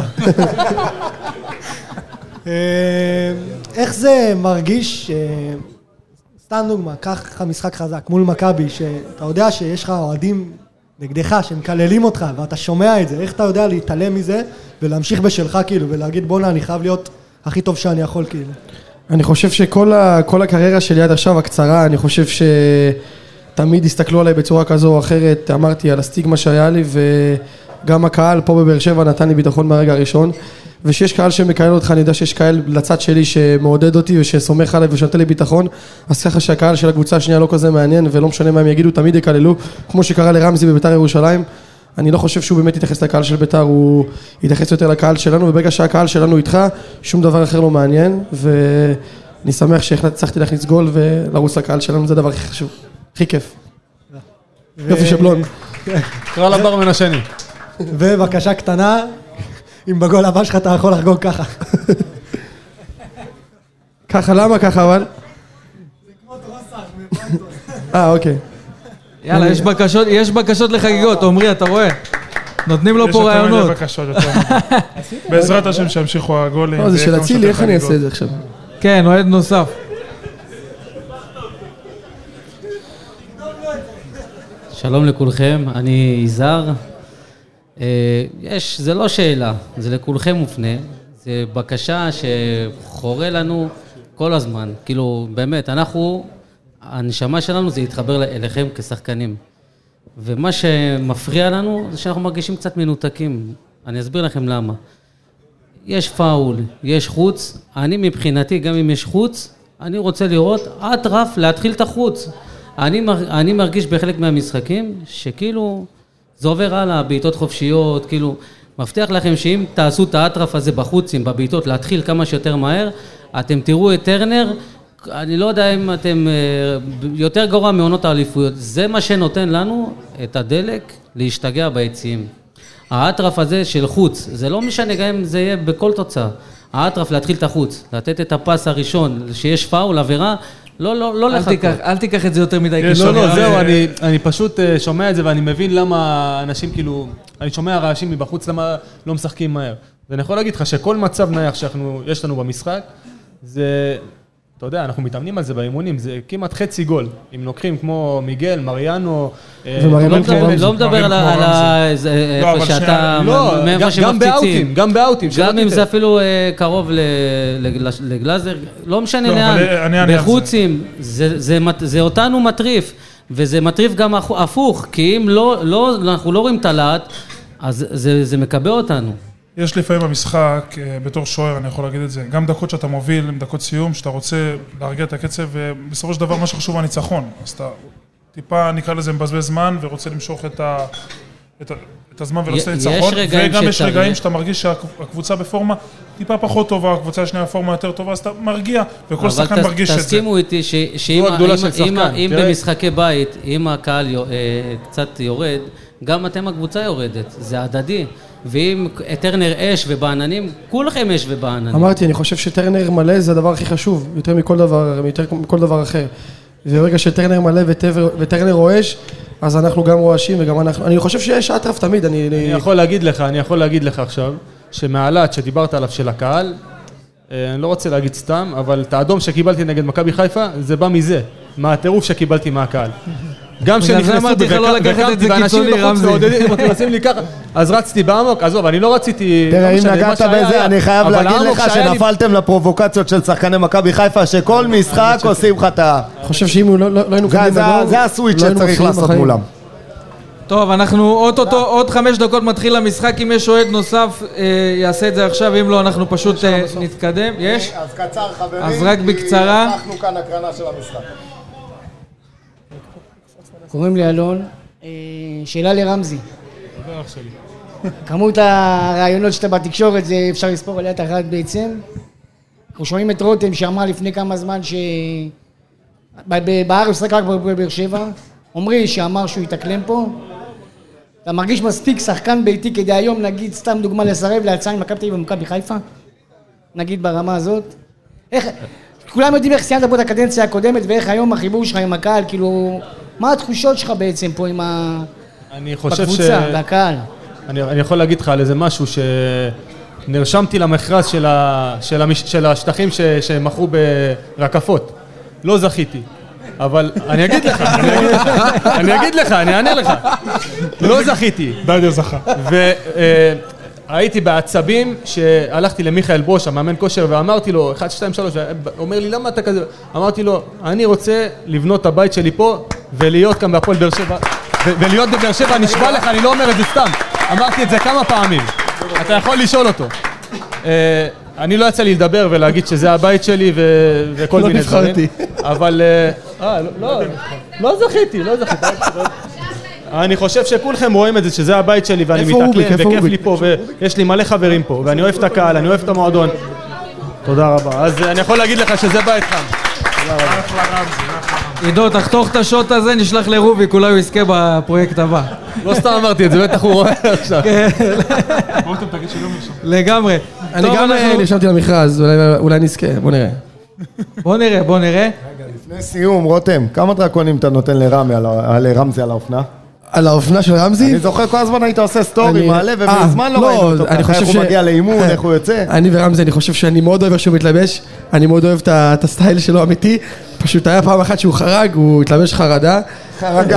איך זה מרגיש, סתם דוגמה, קח לך משחק חזק מול מכבי, שאתה יודע שיש לך אוהדים נגדך שמקללים אותך, ואתה שומע את זה, איך אתה יודע להתעלם מזה ולהמשיך בשלך כאילו, ולהגיד בונה, אני חייב להיות הכי טוב שאני יכול כאילו. אני חושב שכל הקריירה שלי עד עכשיו הקצרה, אני חושב שתמיד הסתכלו עליי בצורה כזו או אחרת, אמרתי על הסטיגמה שהיה לי, וגם הקהל פה בבאר שבע נתן לי ביטחון מהרגע הראשון, ושיש קהל שמקלל אותך, אני יודע שיש קהל לצד שלי שמעודד אותי ושסומך עליי ושנתן לי ביטחון, אז ככה שהקהל של הקבוצה השנייה לא כזה מעניין, ולא משנה מה הם יגידו, תמיד יקללו, כמו שקרה לרמזי בביתר ירושלים. אני לא חושב שהוא באמת יתייחס לקהל של ביתר, הוא יתייחס יותר לקהל שלנו, וברגע שהקהל שלנו איתך, שום דבר אחר לא מעניין, ואני שמח שהצלחתי להכניס גול ולרוץ לקהל שלנו, זה הדבר הכי חשוב, הכי כיף. יופי שבלון. קרא לברמן השני. ובקשה קטנה, אם בגול הבא שלך אתה יכול לחגוג ככה. ככה, למה ככה אבל? זה כמו דרוסר. אוקיי. יאללה, יש בקשות לחגיגות, עומרי, אתה רואה? נותנים לו פה רעיונות. יש יותר בקשות יותר. בעזרת השם שימשיכו הגולים. זה של הצילי, איך אני אעשה את זה עכשיו? כן, אוהד נוסף. שלום לכולכם, אני יזהר. זה לא שאלה, זה לכולכם מופנה. זה בקשה שחורה לנו כל הזמן. כאילו, באמת, הנשמה שלנו זה להתחבר אליכם כשחקנים. ומה שמפריע לנו זה שאנחנו מרגישים קצת מנותקים. אני אסביר לכם למה. יש פאול, יש חוץ. אני מבחינתי, גם אם יש חוץ, אני רוצה לראות אטרף להתחיל את החוץ. אני מרגיש בחלק מהמשחקים שכאילו זה עובר הלאה, בעיטות חופשיות, כאילו מבטיח לכם שאם תעשו את האטרף הזה בחוצים, בבעיטות, להתחיל כמה שיותר מהר, אתם תראו את טרנר, אני לא יודע אם אתם יותר גרוע מעונות האליפויות, זה מה שנותן לנו את הדלק להשתגע ביציעים. האטרף הזה של חוץ, זה לא משנה גם אם זה יהיה בכל תוצאה, האטרף להתחיל את החוץ, לתת את הפס הראשון, שיש פאול, עבירה, לא לחכות. אל תיקח את זה יותר מדי. לא, זהו, אני פשוט שומע את זה ואני מבין למה אנשים כאילו, אני שומע רעשים מבחוץ למה לא משחקים מהר. ואני יכול להגיד לך שכל מצב נייח שיש לנו במשחק, זה, אתה יודע, אנחנו מתאמנים על זה באימונים, זה כמעט חצי גול. אם לוקחים כמו מיגל, מריאנו, לא מדבר על איפה שאתה, גם באוטים. גם אם זה אפילו קרוב לגלאזר, לא משנה לאן, בחוצים, זה אותנו מטריף, וזה מטריף גם הפוך, כי אם אנחנו לא רואים את הלהט, אז זה מקבע אותנו. יש לפעמים במשחק, בתור שוער, אני יכול להגיד את זה, גם דקות שאתה מוביל, דקות סיום, שאתה רוצה להרגיע את הקצב, ובסופו של דבר מה שחשוב הניצחון. אז אתה טיפה, נקרא לזה, מבזבז זמן, ורוצה למשוך את הזמן ולעשות ניצחון, וגם יש רגעים שאתה מרגיש שהקבוצה בפורמה טיפה פחות טובה, הקבוצה השנייה בפורמה יותר טובה, אז אתה מרגיע, וכל שחקן מרגיש את זה. אבל תסכימו איתי שאם במשחקי בית, אם הקהל קצת יורד, גם אתם הקבוצה יורדת, זה הדדי. ואם טרנר אש ובעננים, כולכם אש ובעננים. אמרתי, אני חושב שטרנר מלא זה הדבר הכי חשוב, יותר מכל דבר אחר. וברגע שטרנר מלא וטרנר רועש, אז אנחנו גם רועשים וגם אנחנו... אני חושב שיש אטרף תמיד, אני יכול להגיד לך עכשיו, שמעלת שדיברת עליו של הקהל, אני לא רוצה להגיד סתם, אבל את האדום שקיבלתי נגד מכבי חיפה, זה בא מזה, מהטירוף שקיבלתי מהקהל. גם שנכנסו וקמתי ואנשים בחוץ ועודדים, אם אתם עושים לי ככה, אז רצתי בעמוק, עזוב, אני לא רציתי... תראה, אם נגעת בזה, אני חייב להגיד לך שנפלתם לפרובוקציות של שחקני מכבי חיפה, שכל משחק עושים לך את ה... אני חושב שאם לא היינו קבלים בגול... זה הסוויץ' שצריך לעשות מולם. טוב, אנחנו עוד 5 דקות מתחיל המשחק, אם יש אוהד נוסף, יעשה את זה עכשיו, אם לא, אנחנו פשוט נתקדם. יש? אז קצר חברים, אז רק בקצרה. אנחנו כאן הקרנה של המשחק. קוראים לי אלון. שאלה לרמזי. כמות הרעיונות שאתה בתקשורת, זה אפשר לספור עליה את אחת בעצם. אנחנו שומעים את רותם שאמר לפני כמה זמן בארץ רק בבאר שבע. עומרי שאמר שהוא יתאקלם פה. אתה מרגיש מספיק שחקן ביתי כדי היום, נגיד, סתם דוגמה לסרב להצעה עם מכבי תל אביב ומכבי חיפה? נגיד ברמה הזאת. איך, כולם יודעים איך סיימת פה את הקדנציה הקודמת ואיך היום החיבור שלך עם הקהל, כאילו, מה התחושות שלך בעצם פה עם בקבוצה והקהל? אני יכול להגיד לך על איזה משהו שנרשמתי למכרז של השטחים שמכרו ברקפות. לא זכיתי. אבל אני אגיד לך, אני אענה לך. לא זכיתי. דדיה זכה. והייתי בעצבים שהלכתי למיכאל בוש, המאמן כושר, ואמרתי לו, 1, 2, 3, ואומר לי, למה אתה כזה? אמרתי לו, אני רוצה לבנות את הבית שלי פה, ולהיות כאן בהפועל באר שבע, ולהיות בבאר שבע, נשבע לך, אני לא אומר את זה סתם. אמרתי את זה כמה פעמים. אתה יכול לשאול אותו. אני לא יצא לי לדבר ולהגיד שזה הבית שלי וכל מיני דברים. אבל... לא זכיתי. אני חושב שכולכם רואים את זה, שזה הבית שלי ואני מתאקלם וכיף לי פה ויש לי מלא חברים פה ואני אוהב את הקהל, אני אוהב את המועדון. תודה רבה. אז אני יכול להגיד לך שזה בית חם. עידו, תחתוך את השוט הזה, נשלח לרוביק, אולי הוא יזכה בפרויקט הבא. לא סתם אמרתי את זה, בטח הוא רואה עכשיו. רותם, תגיד שלא מרשם. לגמרי. אני גם נרשמתי למכרז, אולי נזכה, בוא נראה. בוא נראה. רגע, לפני סיום, רותם, כמה דרקונים אתה נותן לרמזי על האופנה? על האופנה של רמזי? אני זוכר כל הזמן היית עושה סטורי, מעלה ומזמן לא ראינו אותו ככה, איך הוא מגיע לאימון, איך הוא יוצא. אני ורמזי, אני חושב שאני מאוד אוהב איך שהוא מתלבש, אני מאוד אוהב את הסטייל שלו אמיתי, פשוט היה פעם אחת שהוא חרג, הוא התלבש חרדה. חרגה.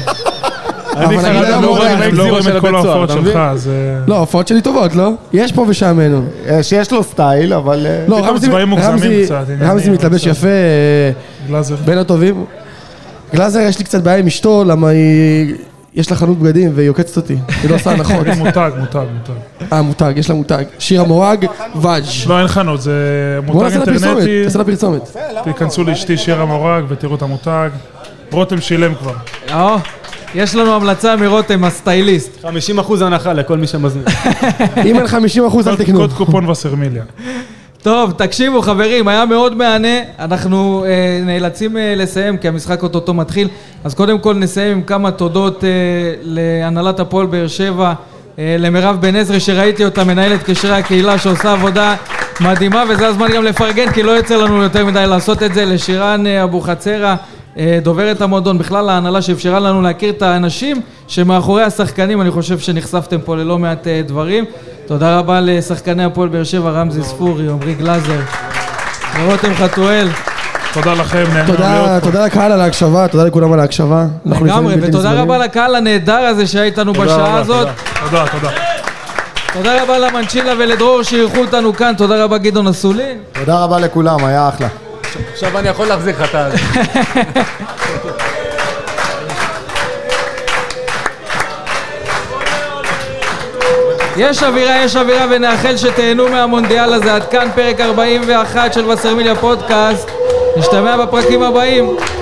אני חרדה לא רואים את כל ההופעות שלך, אז... לא, ההופעות שלי טובות, לא? יש פה ושמנו. שיש לו סטייל, אבל... לא, רמזי מתלבש יפה, בין הטובים. גלאזר יש לי קצת בעיה עם אשתו, למה יש לה חנות בגדים והיא יוקצת אותי, היא לא עושה הנחות. מותג. מותג, יש לה מותג. שיר המורג, ואג'. לא, אין חנות, זה מותג אינטרנטי. תעשה לה פרסומת. תיכנסו לאשתי שיר המורג ותראו את המותג. רותם שילם כבר. יש לנו המלצה מרותם, הסטייליסט. 50% הנחה לכל מי שמזמין. אם אין 50% אל תקנו. קוד קופון וסרמיליה. טוב, תקשיבו חברים, היה מאוד מענה, אנחנו נאלצים לסיים כי המשחק אותו מתחיל, אז קודם כל נסיים עם כמה תודות להנהלת הפועל באר שבע, למירב בן עזרי שראיתי אותה מנהלת קשרי הקהילה שעושה עבודה מדהימה, וזה הזמן גם לפרגן כי לא יצא לנו יותר מדי לעשות את זה, לשירן אבו חצרה, דוברת המועדון, בכלל ההנהלה שאפשרה לנו להכיר את האנשים שמאחורי השחקנים, אני חושב שנחשפתם פה ללא מעט דברים. תודה רבה לשחקני הפועל באר שבע, רמזי ספורי, עומרי גלאזר, ורותם חתואל. תודה לכם. תודה לקהל על ההקשבה, תודה לכולם על ההקשבה. לגמרי, ותודה רבה לקהל הנהדר הזה שהיה איתנו בשעה הזאת. תודה. תודה רבה למנצ'ילה ולדרור שאירחו אותנו כאן, תודה רבה גדעון אסולין. תודה רבה לכולם, היה אחלה. עכשיו אני יכול להחזיק לך את זה. יש אווירה ונאחל שתהנו מהמונדיאל הזה. עד כאן פרק 41 של וסרמיליה פודקאסט. נשתמע בפרקים הבאים.